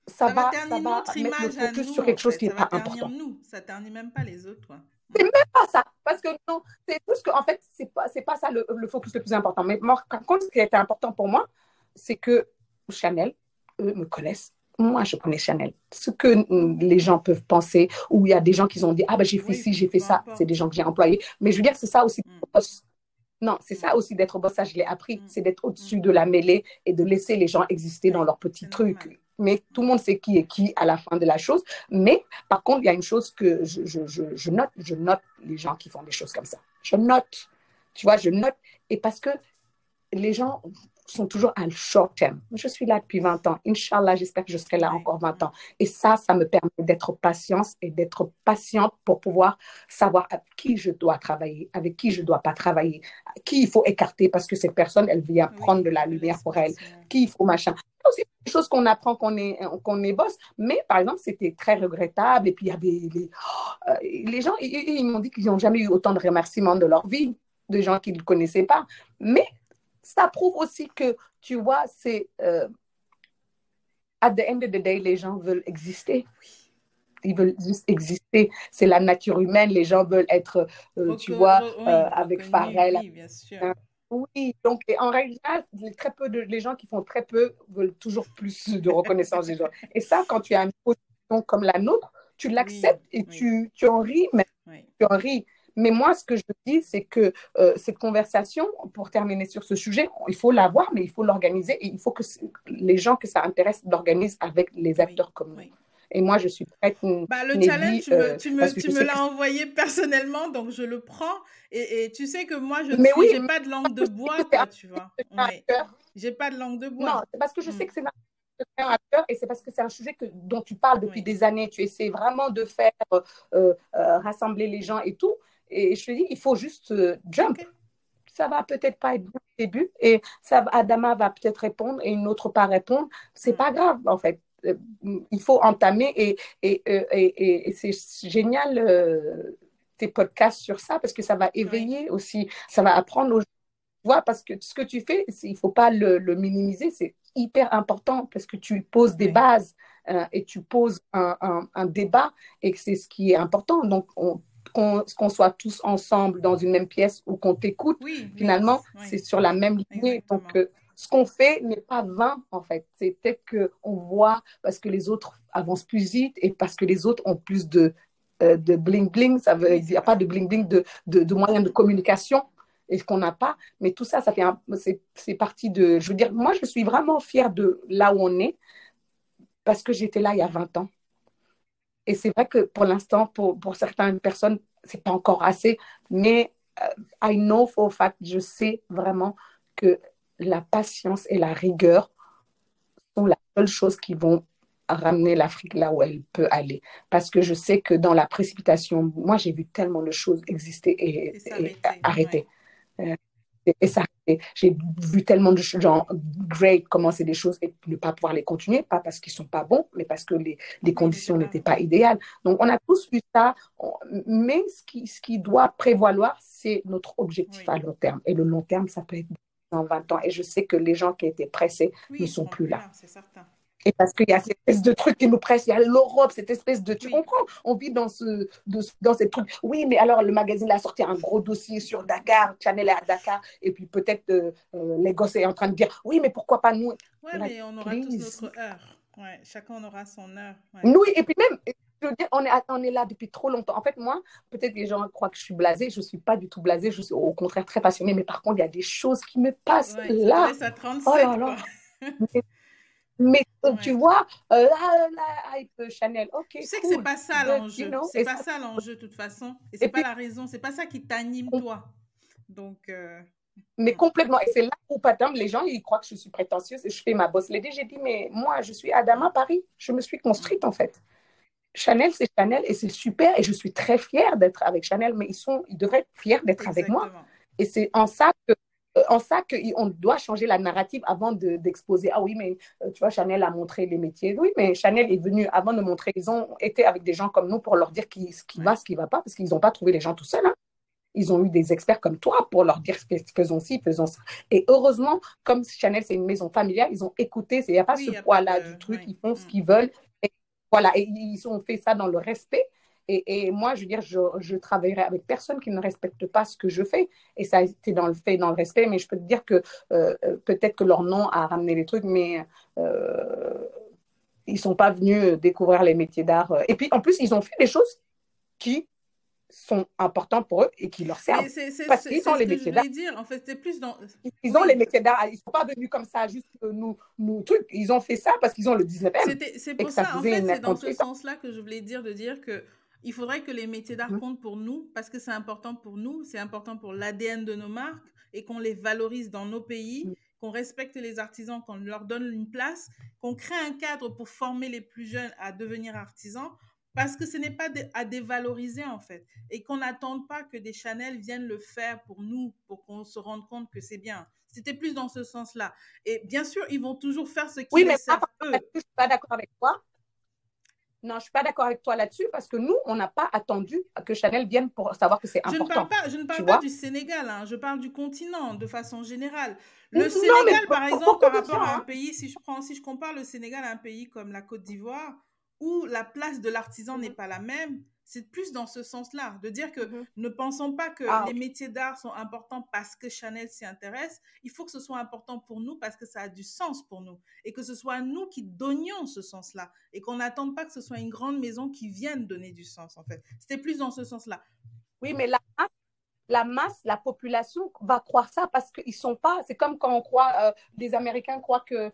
ça Ça va va, ça ternir va notre mettre le image à focus nous, sur en quelque chose fait. qui n'est Ça va pas ternir important. nous. Ça ternit même pas les autres, quoi. C'est Mm. même pas ça. Parce que non, c'est juste que, en fait, c'est pas, c'est pas ça le, le focus le plus important. Mais moi, par contre, ce qui était important pour moi, c'est que Chanel, eux, me connaissent. Moi, je connais Chanel. Ce que mm, les gens peuvent penser, ou il y a des gens qui ont dit, ah ben j'ai fait Oui, ci, j'ai fait peu ça, c'est des importe. gens que j'ai employés. Mais je veux dire, c'est ça aussi. Mm, Non, c'est mm, ça aussi d'être boss, ça je l'ai appris, mm, c'est d'être mm. au-dessus de la mêlée et de laisser les gens exister dans Oui, leurs c'est petits normal. trucs. Mais tout le monde sait qui est qui à la fin de la chose. Mais par contre, il y a une chose que je, je, je, je note, je note les gens qui font des choses comme ça. Je note, tu vois, je note. Et parce que les gens sont toujours à short terme. Je suis là depuis vingt ans. Inch'Allah, j'espère que je serai là Oui. encore vingt Mm. ans. Et ça, ça me permet d'être patiente et d'être patiente pour pouvoir savoir avec qui je dois travailler, avec qui je ne dois pas travailler, qui il faut écarter parce que cette personne, elle vient prendre Oui, de la je lumière laisse pour elle, partir. qui il faut machin. C'est des choses qu'on apprend qu'on est, qu'on est boss. Mais par exemple, c'était très regrettable. Et puis, il y avait les, euh, les gens, ils, ils m'ont dit qu'ils n'ont jamais eu autant de remerciements de leur vie, de gens qu'ils ne connaissaient pas. Mais ça prouve aussi que, tu vois, c'est euh, at the end of the day, les gens veulent exister. Ils veulent juste exister. C'est la nature humaine. Les gens veulent être, euh, tu Reco- vois, re- euh, oui, avec reconnu, Pharrell. oui, bien sûr. Oui, donc et en réalité, très peu de, les gens qui font très peu veulent toujours plus de reconnaissance des gens. Et ça, quand tu as une position comme la nôtre, tu Oui, l'acceptes et oui, tu, tu en ris, mais oui. tu en ris. Mais moi, ce que je dis, c'est que euh, cette conversation, pour terminer sur ce sujet, il faut l'avoir, mais il faut l'organiser et il faut que les gens que ça intéresse l'organisent avec les Oui, acteurs comme nous. oui. Et moi, je suis prête, Bah, le challenge, Nelly, tu me, euh, tu parce me, que tu je me sais que... l'as envoyé personnellement, donc je le prends. Et, et tu sais que moi, je ne Mais oui, suis, j'ai mais pas de langue de je sais que bois, c'est un quoi, tu vois. Ouais. acteur. J'ai pas de langue de Non, bois. c'est parce que je Mm. sais que c'est un acteur et c'est parce que c'est un sujet que, dont tu parles depuis Oui. des années. Tu essaies vraiment de faire euh, euh, rassembler les gens et tout. Et je te dis, il faut juste euh, Ok. jump. Ça va peut-être pas être bon au début et ça, Adama va peut-être répondre et une autre pas répondre. C'est Mm. pas grave, en fait. Euh, il faut entamer et, et, et, et, et c'est génial euh, tes podcasts sur ça parce que ça va Oui. éveiller aussi, ça va apprendre aux gens, vois, parce que ce que tu fais, il ne faut pas le, le minimiser, c'est hyper important parce que tu poses des Oui. bases euh, et tu poses un, un, un débat et c'est ce qui est important. Donc, on, qu'on, qu'on soit tous ensemble dans une même pièce ou qu'on t'écoute, Oui, oui, finalement, oui, c'est sur la oui, même lignée. Donc, exactement. euh, ce qu'on fait n'est pas vain, en fait. C'est peut-être qu'on voit parce que les autres avancent plus vite et parce que les autres ont plus de, euh, de bling-bling, ça veut Oui, c'est dire pas vrai. de bling-bling, Mm. de, de, de moyens de communication et ce qu'on n'a pas. Mais tout ça, ça fait un, c'est, c'est partie de. Je veux dire, moi, je suis vraiment fière de là où on est parce que j'étais là il y a Mm. vingt ans. Et c'est vrai que pour l'instant, pour, pour certaines personnes, c'est pas encore assez. Mais euh, I know for a fact, je sais vraiment que la patience et la rigueur sont la seule chose qui vont ramener l'Afrique là où elle peut aller. Parce que je sais que dans la précipitation, moi, j'ai vu tellement de choses exister et, Et et s'arrêter. arrêter. Ouais. Euh, et ça, j'ai vu tellement de gens great commencer des choses et ne pas pouvoir les continuer, pas parce qu'ils ne sont pas bons, mais parce que les, les Oui, il n'était conditions pas. n'étaient pas Oui. idéales. Donc, on a tous vu ça, on, mais ce qui, ce qui doit prévaloir, c'est notre objectif Oui. à long terme. Et le long terme, ça peut être dans vingt ans. Et je sais que les gens qui étaient pressés Oui, ne ils sont seront plus plus là. là, c'est certain. Et parce qu'il y a cette espèce de truc qui nous presse, il y a l'Europe, cette espèce de... Tu Oui. comprends? On vit dans, ce, de, dans ces trucs. Oui, mais alors le magazine a sorti un gros dossier sur Dakar, Chanel est à Dakar, et puis peut-être euh, euh, les gosses est en train de dire, oui, mais pourquoi pas nous? Ouais, Like, mais on aura tous please. notre heure. Ouais, chacun aura son heure. Ouais. Nous, et puis même, je veux dire, on est, on est là depuis trop longtemps. En fait, moi, peut-être que les gens croient que je suis blasée. Je ne suis pas du tout blasée. Je suis au contraire très passionnée. Mais par contre, il y a des choses qui me passent Ouais, ça te là. laisse à Oh là trente-sept, quoi. là. Mais euh, tu Ouais. vois, euh, là, là, hype Chanel, ok, Tu sais que c'est cool, pas ça good, you l'enjeu. know. C'est Et, pas ça, ça l'enjeu, de toute façon. Et c'est et pas puis, la raison. C'est pas ça qui t'anime, toi. Donc, euh, mais hmm. complètement. Et c'est là où, par exemple, les gens, ils croient que je suis prétentieuse et je fais ma boss lady. J'ai dit, mais moi, je suis Adama Hmm. Paris. Je me suis Hmm. construite, en fait. Chanel, c'est Chanel et c'est super. Et je suis très fière d'être avec Chanel, mais ils, sont, ils devraient être fiers d'être avec moi. Exactement. Et c'est en ça que en ça qu'on doit changer la narrative avant de, d'exposer. Ah oui, mais euh, tu vois, Chanel a montré les métiers. Oui, mais Chanel est venu avant de montrer. Ils ont été avec des gens comme nous pour leur dire qui, ce qui Ouais. va, ce qui ne va pas, parce qu'ils n'ont pas trouvé les gens tout seuls. Hein. Ils ont eu des experts comme toi pour leur dire faisons ci, faisons ça. Et heureusement, comme Chanel, c'est une maison familiale, ils ont écouté. Il n'y a pas Oui, ce il n'y a pas poids-là de... du truc. Oui. Ils font ce Mm. qu'ils veulent. Et voilà. Et ils ont fait ça dans le respect. Et, et moi, je veux dire, je, je travaillerai avec personne qui ne respecte pas ce que je fais. Et ça a été dans le fait, dans le respect. Mais je peux te dire que euh, peut-être que leur nom a ramené les trucs, mais euh, ils ne sont pas venus découvrir les métiers d'art. Et puis, en plus, ils ont fait des choses qui sont importants pour eux et qui leur Mais servent. c'est c'est- Parce c'est- qu'ils c'est ont ce les que je métiers d'art. voulais dire. En fait, c'est plus dans... Ils ont les Oui, métiers d'art. Ils ne sont pas venus comme ça, juste nous, nous trucs. Ils ont fait ça parce qu'ils ont le dix-neuvième c'était, c'est et pour que ça ça, en faisait fait, une c'est dans ce compétence. sens-là que je voulais dire, de dire que il faudrait que les métiers d'art comptent pour nous, parce que c'est important pour nous, c'est important pour l'A D N de nos marques, et qu'on les valorise dans nos pays, qu'on respecte les artisans, qu'on leur donne une place, qu'on crée un cadre pour former les plus jeunes à devenir artisans, parce que ce n'est pas dé- à dévaloriser, en fait, et qu'on n'attende pas que des Chanel viennent le faire pour nous, pour qu'on se rende compte que c'est bien. C'était plus dans ce sens-là. Et bien sûr, ils vont toujours faire ce qui Oui, les mais moi, sert par contre, eux. là-dessus, je ne suis pas d'accord avec toi. Non, je ne suis pas d'accord avec toi là-dessus parce que nous, on n'a pas attendu que Chanel vienne pour savoir que c'est Je ne parle important. pas, je ne Tu parle pas vois? du Sénégal, hein, je parle du continent de façon générale. Le Non, mais Sénégal, pour, par pour exemple, beaucoup par de rapport gens, à un hein. pays, si je prends, si je compare le Sénégal à un pays comme la Côte d'Ivoire, où la place de l'artisan n'est Mhm, pas la même, c'est plus dans ce sens-là, de dire que mhm. ne pensons pas que Ah, les ok. métiers d'art sont importants parce que Chanel s'y intéresse. Il faut que ce soit important pour nous parce que ça a du sens pour nous et que ce soit nous qui donnions ce sens-là et qu'on n'attende pas que ce soit une grande maison qui vienne donner du sens, en fait. C'était plus dans ce sens-là. Oui, mais la masse, la masse, la population va croire ça parce qu'ils sont pas. C'est comme quand on croit, euh, les Américains croient que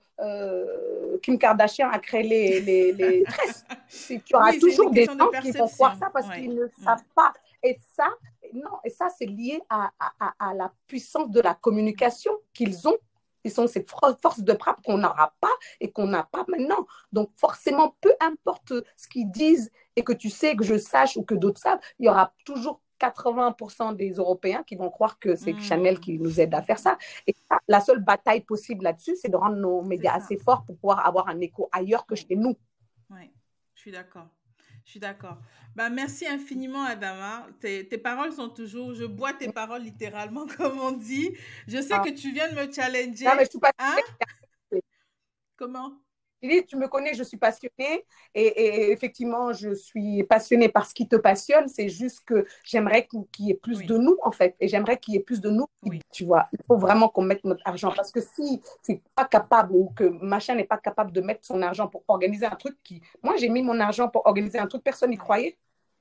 euh, Kim Kardashian a créé les, les, les tresses. C'est, tu auras Oui, c'est une toujours des question de gens qui vont croire perception. ça parce Ouais. qu'ils ne Mm. savent pas. Et ça, non, et ça, c'est lié à, à, à la puissance de la communication qu'ils ont. Ils sont cette force de frappe qu'on n'aura pas et qu'on n'a pas maintenant. Donc, forcément, peu importe ce qu'ils disent et que tu sais, que je sache ou que d'autres savent, il y aura toujours quatre-vingts pour cent des Européens qui vont croire que c'est Chanel Mm. qui nous aide à faire ça. Et la seule bataille possible là-dessus, c'est de rendre nos C'est médias ça. assez forts pour pouvoir avoir un écho ailleurs que Oui, chez nous. oui, je suis d'accord. Je suis d'accord. Bah, merci infiniment, Adama. Tes, tes paroles sont toujours, je bois tes paroles littéralement, comme on dit. Je sais Ah. que tu viens de me Non, mais je challenger. suis pas. Hein? Comment? Tu me connais, je suis passionnée et, et, effectivement, je suis passionnée par ce qui te passionne. C'est juste que j'aimerais qu'il y ait plus Oui, de nous, en fait, et j'aimerais qu'il y ait plus de nous. oui. Tu vois, il faut vraiment qu'on mette notre argent parce que si tu n'es pas capable ou que machin n'est pas capable de mettre son argent pour organiser un truc qui. Moi, j'ai mis mon argent pour organiser un truc, personne n'y Oui. croyait.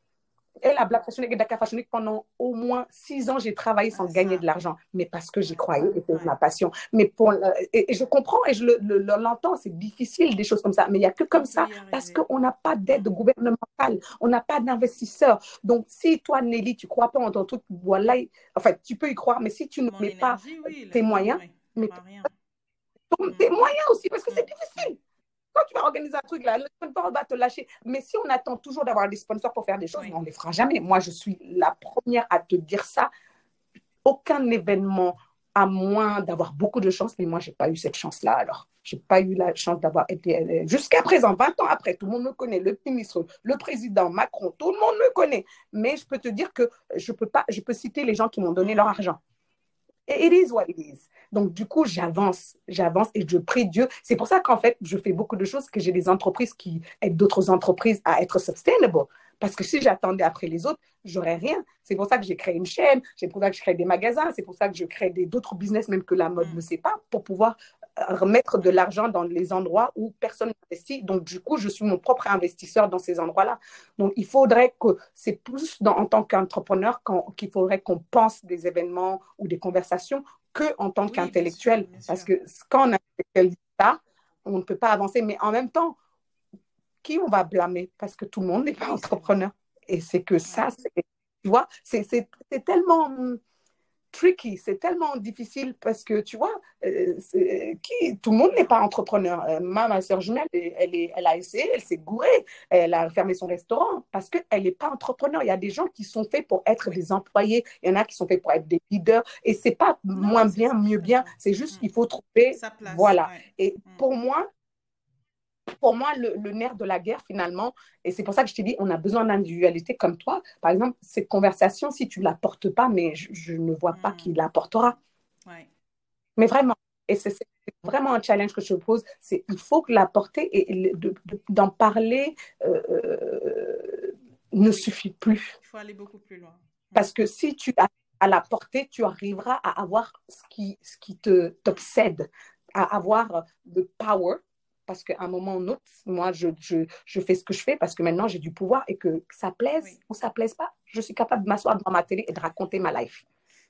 Et la Black Fashion Week et Dakar Fashion Week, pendant au moins six ans, j'ai travaillé sans Ouais, gagner ça. de l'argent, mais parce que j'y Ouais, croyais et c'est ouais. ma passion. Mais pour, et, et je comprends et je le, le, l'entends, c'est difficile des choses comme ça, mais il n'y a que comme On peut ça y parce arriver. qu'on n'a pas d'aide Mm. gouvernementale, on n'a pas d'investisseurs. Donc, si toi, Nelly, tu ne crois pas en ton truc, voilà, en fait, tu peux y croire, mais si tu ne Mon mets pas énergie, oui, le tes temps, moyens, oui. Il n'y mais aura rien. Mm. tes moyens aussi, parce que Mm. c'est Mm. difficile. Quand tu vas organiser un truc, là, le sponsor va te lâcher. Mais si on attend toujours d'avoir des sponsors pour faire des choses, Oui. on ne les fera jamais. Moi, je suis la première à te dire ça. Aucun événement, à moins d'avoir beaucoup de chance, mais moi, je n'ai pas eu cette chance-là. Alors, je n'ai pas eu la chance d'avoir été. Jusqu'à présent, vingt ans après, tout le monde me connaît, le ministre, le président, Macron, tout le monde me connaît. Mais je peux te dire que je peux pas, je peux citer les gens qui m'ont donné leur Mm. argent. Et it is what it is. Donc, du coup, j'avance, j'avance et je prie Dieu. C'est pour ça qu'en fait, je fais beaucoup de choses, que j'ai des entreprises qui aident d'autres entreprises à être sustainable. Parce que si j'attendais après les autres, j'aurais rien. C'est pour ça que j'ai créé une chaîne, c'est pour ça que je crée des magasins, c'est pour ça que je crée des, d'autres business, même que la mode Mm. ne sait pas, pour pouvoir remettre de l'argent dans les endroits où personne n'investit. Donc, du coup, je suis mon propre investisseur dans ces endroits-là. Donc, il faudrait que, c'est plus dans, en tant qu'entrepreneur qu'il faudrait qu'on pense des événements ou des conversations qu'en tant Oui, bien sûr, qu'intellectuel. bien sûr. Parce que quand on a ça, on ne peut pas avancer. Mais en même temps, qui on va blâmer? Parce que tout le monde n'est pas Oui, c'est vrai. entrepreneur. Et c'est que Ouais. ça, c'est, tu vois, c'est, c'est, c'est tellement tricky, c'est tellement difficile parce que tu vois, euh, qui, tout le monde n'est pas entrepreneur. Euh, ma, ma soeur jumelle, elle, elle, est, elle a essayé, elle s'est gourée, elle a fermé son restaurant parce qu'elle n'est pas entrepreneur. Il y a des gens qui sont faits pour être Oui. des employés, il y en a qui sont faits pour être des leaders et c'est pas moins Non, c'est bien, ça, je suis mieux bien, d'accord. c'est juste Mm. qu'il faut trouver, Sa place, voilà. ouais. Et Mm. pour moi, pour moi, le, le nerf de la guerre, finalement, et c'est pour ça que je t'ai dit, on a besoin d'individualité comme toi. Par exemple, cette conversation, si tu ne la portes pas, mais je, je ne vois pas Mm. qui la portera. Ouais. Mais vraiment, et c'est, c'est vraiment un challenge que je pose, c'est il faut que la porter et, et de, de, d'en parler euh, euh, ne Oui, suffit plus. il faut aller beaucoup plus loin. Mm. Parce que si tu as à la porter, tu arriveras à avoir ce qui, ce qui te, t'obsède, à avoir le power. Parce qu'à un moment ou un autre, moi, je, je, je fais ce que je fais parce que maintenant, j'ai du pouvoir et que ça plaise Oui. ou ça plaise pas, je suis capable de m'asseoir devant ma télé et de raconter ma life.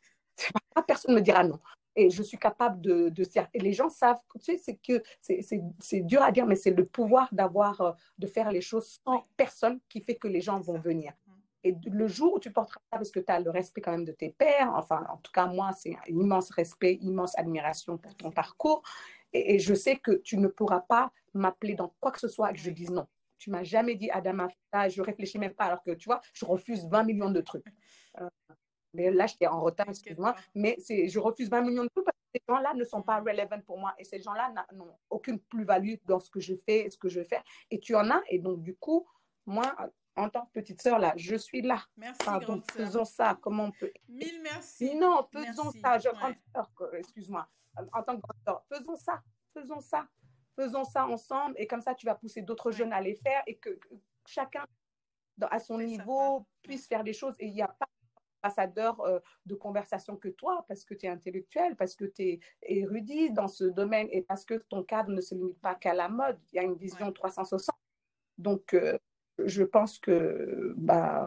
Personne ne me dira non. Et je suis capable de, de dire, et les gens savent, tu sais, c'est que c'est, c'est, c'est dur à dire, mais c'est le pouvoir d'avoir, euh, de faire les choses sans Oui. personne qui fait que les gens C'est vont ça. venir. Mm. Et le jour où tu porteras ça, parce que tu as le respect quand même de tes pairs, enfin, en tout cas, moi, c'est un immense respect, immense admiration pour ton Merci. parcours. Et, et je sais que tu ne pourras pas m'appeler dans quoi que ce soit et que je Oui. dise non. Tu m'as jamais dit, Adama, ça, je réfléchis même pas, alors que tu vois, je refuse vingt millions de trucs. Euh, mais là, j'étais en retard, T'inquiète excuse-moi, pas. mais c'est, je refuse vingt millions de trucs parce que ces gens-là ne sont pas Mm. relevant pour moi et ces gens-là n'ont aucune plus-value dans ce que je fais et ce que je fais. Et tu en as, et donc du coup, moi, en tant que petite sœur, là, je suis là. Merci, Pardon, grande sœur. faisons ça. Comment on peut. Mille merci. Non, faisons Merci. ça. Je, grande Ouais. sœur, excuse-moi, en tant que grande sœur, faisons ça. Faisons ça. Faisons ça ensemble et comme ça, tu vas pousser d'autres Ouais. jeunes à les faire et que, que chacun, à son Fais sa part. niveau, puisse faire des choses. Et il n'y a pas ambassadeur euh, de conversation que toi, parce que tu es intellectuel, parce que tu es érudit dans ce domaine et parce que ton cadre ne se limite pas qu'à la mode. Il y a une vision Ouais. trois cent soixante. Donc, euh, je pense que bah,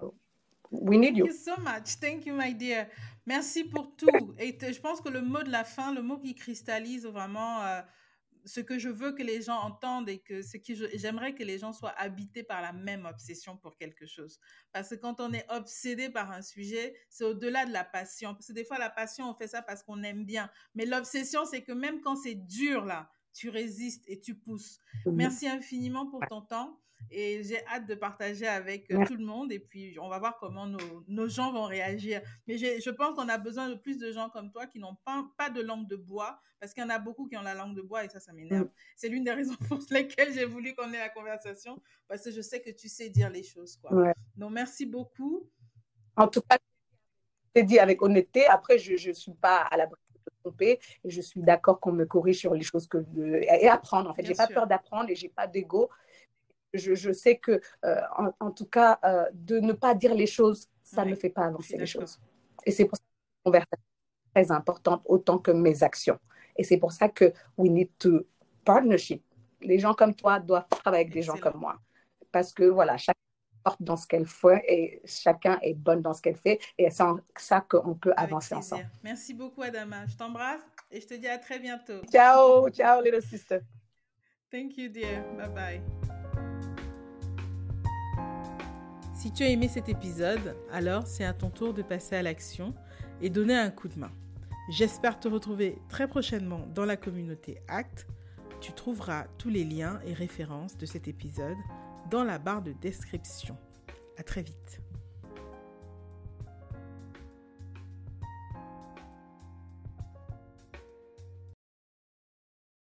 we need Thank you. you so much. Thank you, my dear. Merci pour tout. Et te- je pense que le mot de la fin, le mot qui cristallise vraiment euh, ce que je veux que les gens entendent et que ce que je- j'aimerais que les gens soient habités par la même obsession pour quelque chose. Parce que quand on est obsédé par un sujet, c'est au-delà de la passion. Parce que des fois, la passion, on fait ça parce qu'on aime bien. Mais l'obsession, c'est que même quand c'est dur, là, tu résistes et tu pousses. Merci infiniment pour ton temps. Et j'ai hâte de partager avec euh, Merci. tout le monde. Et puis, on va voir comment nos, nos gens vont réagir. Mais j'ai- je pense qu'on a besoin de plus de gens comme toi qui n'ont pas, pas de langue de bois. Parce qu'il y en a beaucoup qui ont la langue de bois et ça, ça m'énerve. C'est l'une des raisons pour lesquelles j'ai voulu qu'on ait la conversation. Parce que je sais que tu sais dire les choses, quoi. Ouais. Donc, merci beaucoup. En tout cas, je t'ai dit avec Ouais. honnêteté. Après, je ne suis pas à l'abri de me tromper et je suis d'accord qu'on me corrige sur les choses que et apprendre. En fait, Bien j'ai pas sûr. peur d'apprendre et j'ai pas d'ego. Je, je, sais que, euh, en, en, tout cas, euh, de ne pas dire les choses, ça Ouais. ne fait pas Je suis avancer les d'accord. choses. Et c'est pour ça que la conversation est très importante, autant que mes actions. Et c'est pour ça que we need to partnership. Les gens comme toi doivent travailler avec des gens Excellent. comme moi. Parce que, voilà, chacun est forte dans ce qu'elle fait et chacun est bonne dans ce qu'elle fait. Et c'est en ça qu'on peut Avec avancer plaisir. ensemble. Merci beaucoup, Adama. Je t'embrasse et je te dis à très bientôt. Ciao, ciao, little sister. Thank you, dear. Bye bye. Si tu as aimé cet épisode, alors c'est à ton tour de passer à l'action et donner un coup de main. J'espère te retrouver très prochainement dans la communauté ACT. Tu trouveras tous les liens et références de cet épisode dans la barre de description. À très vite.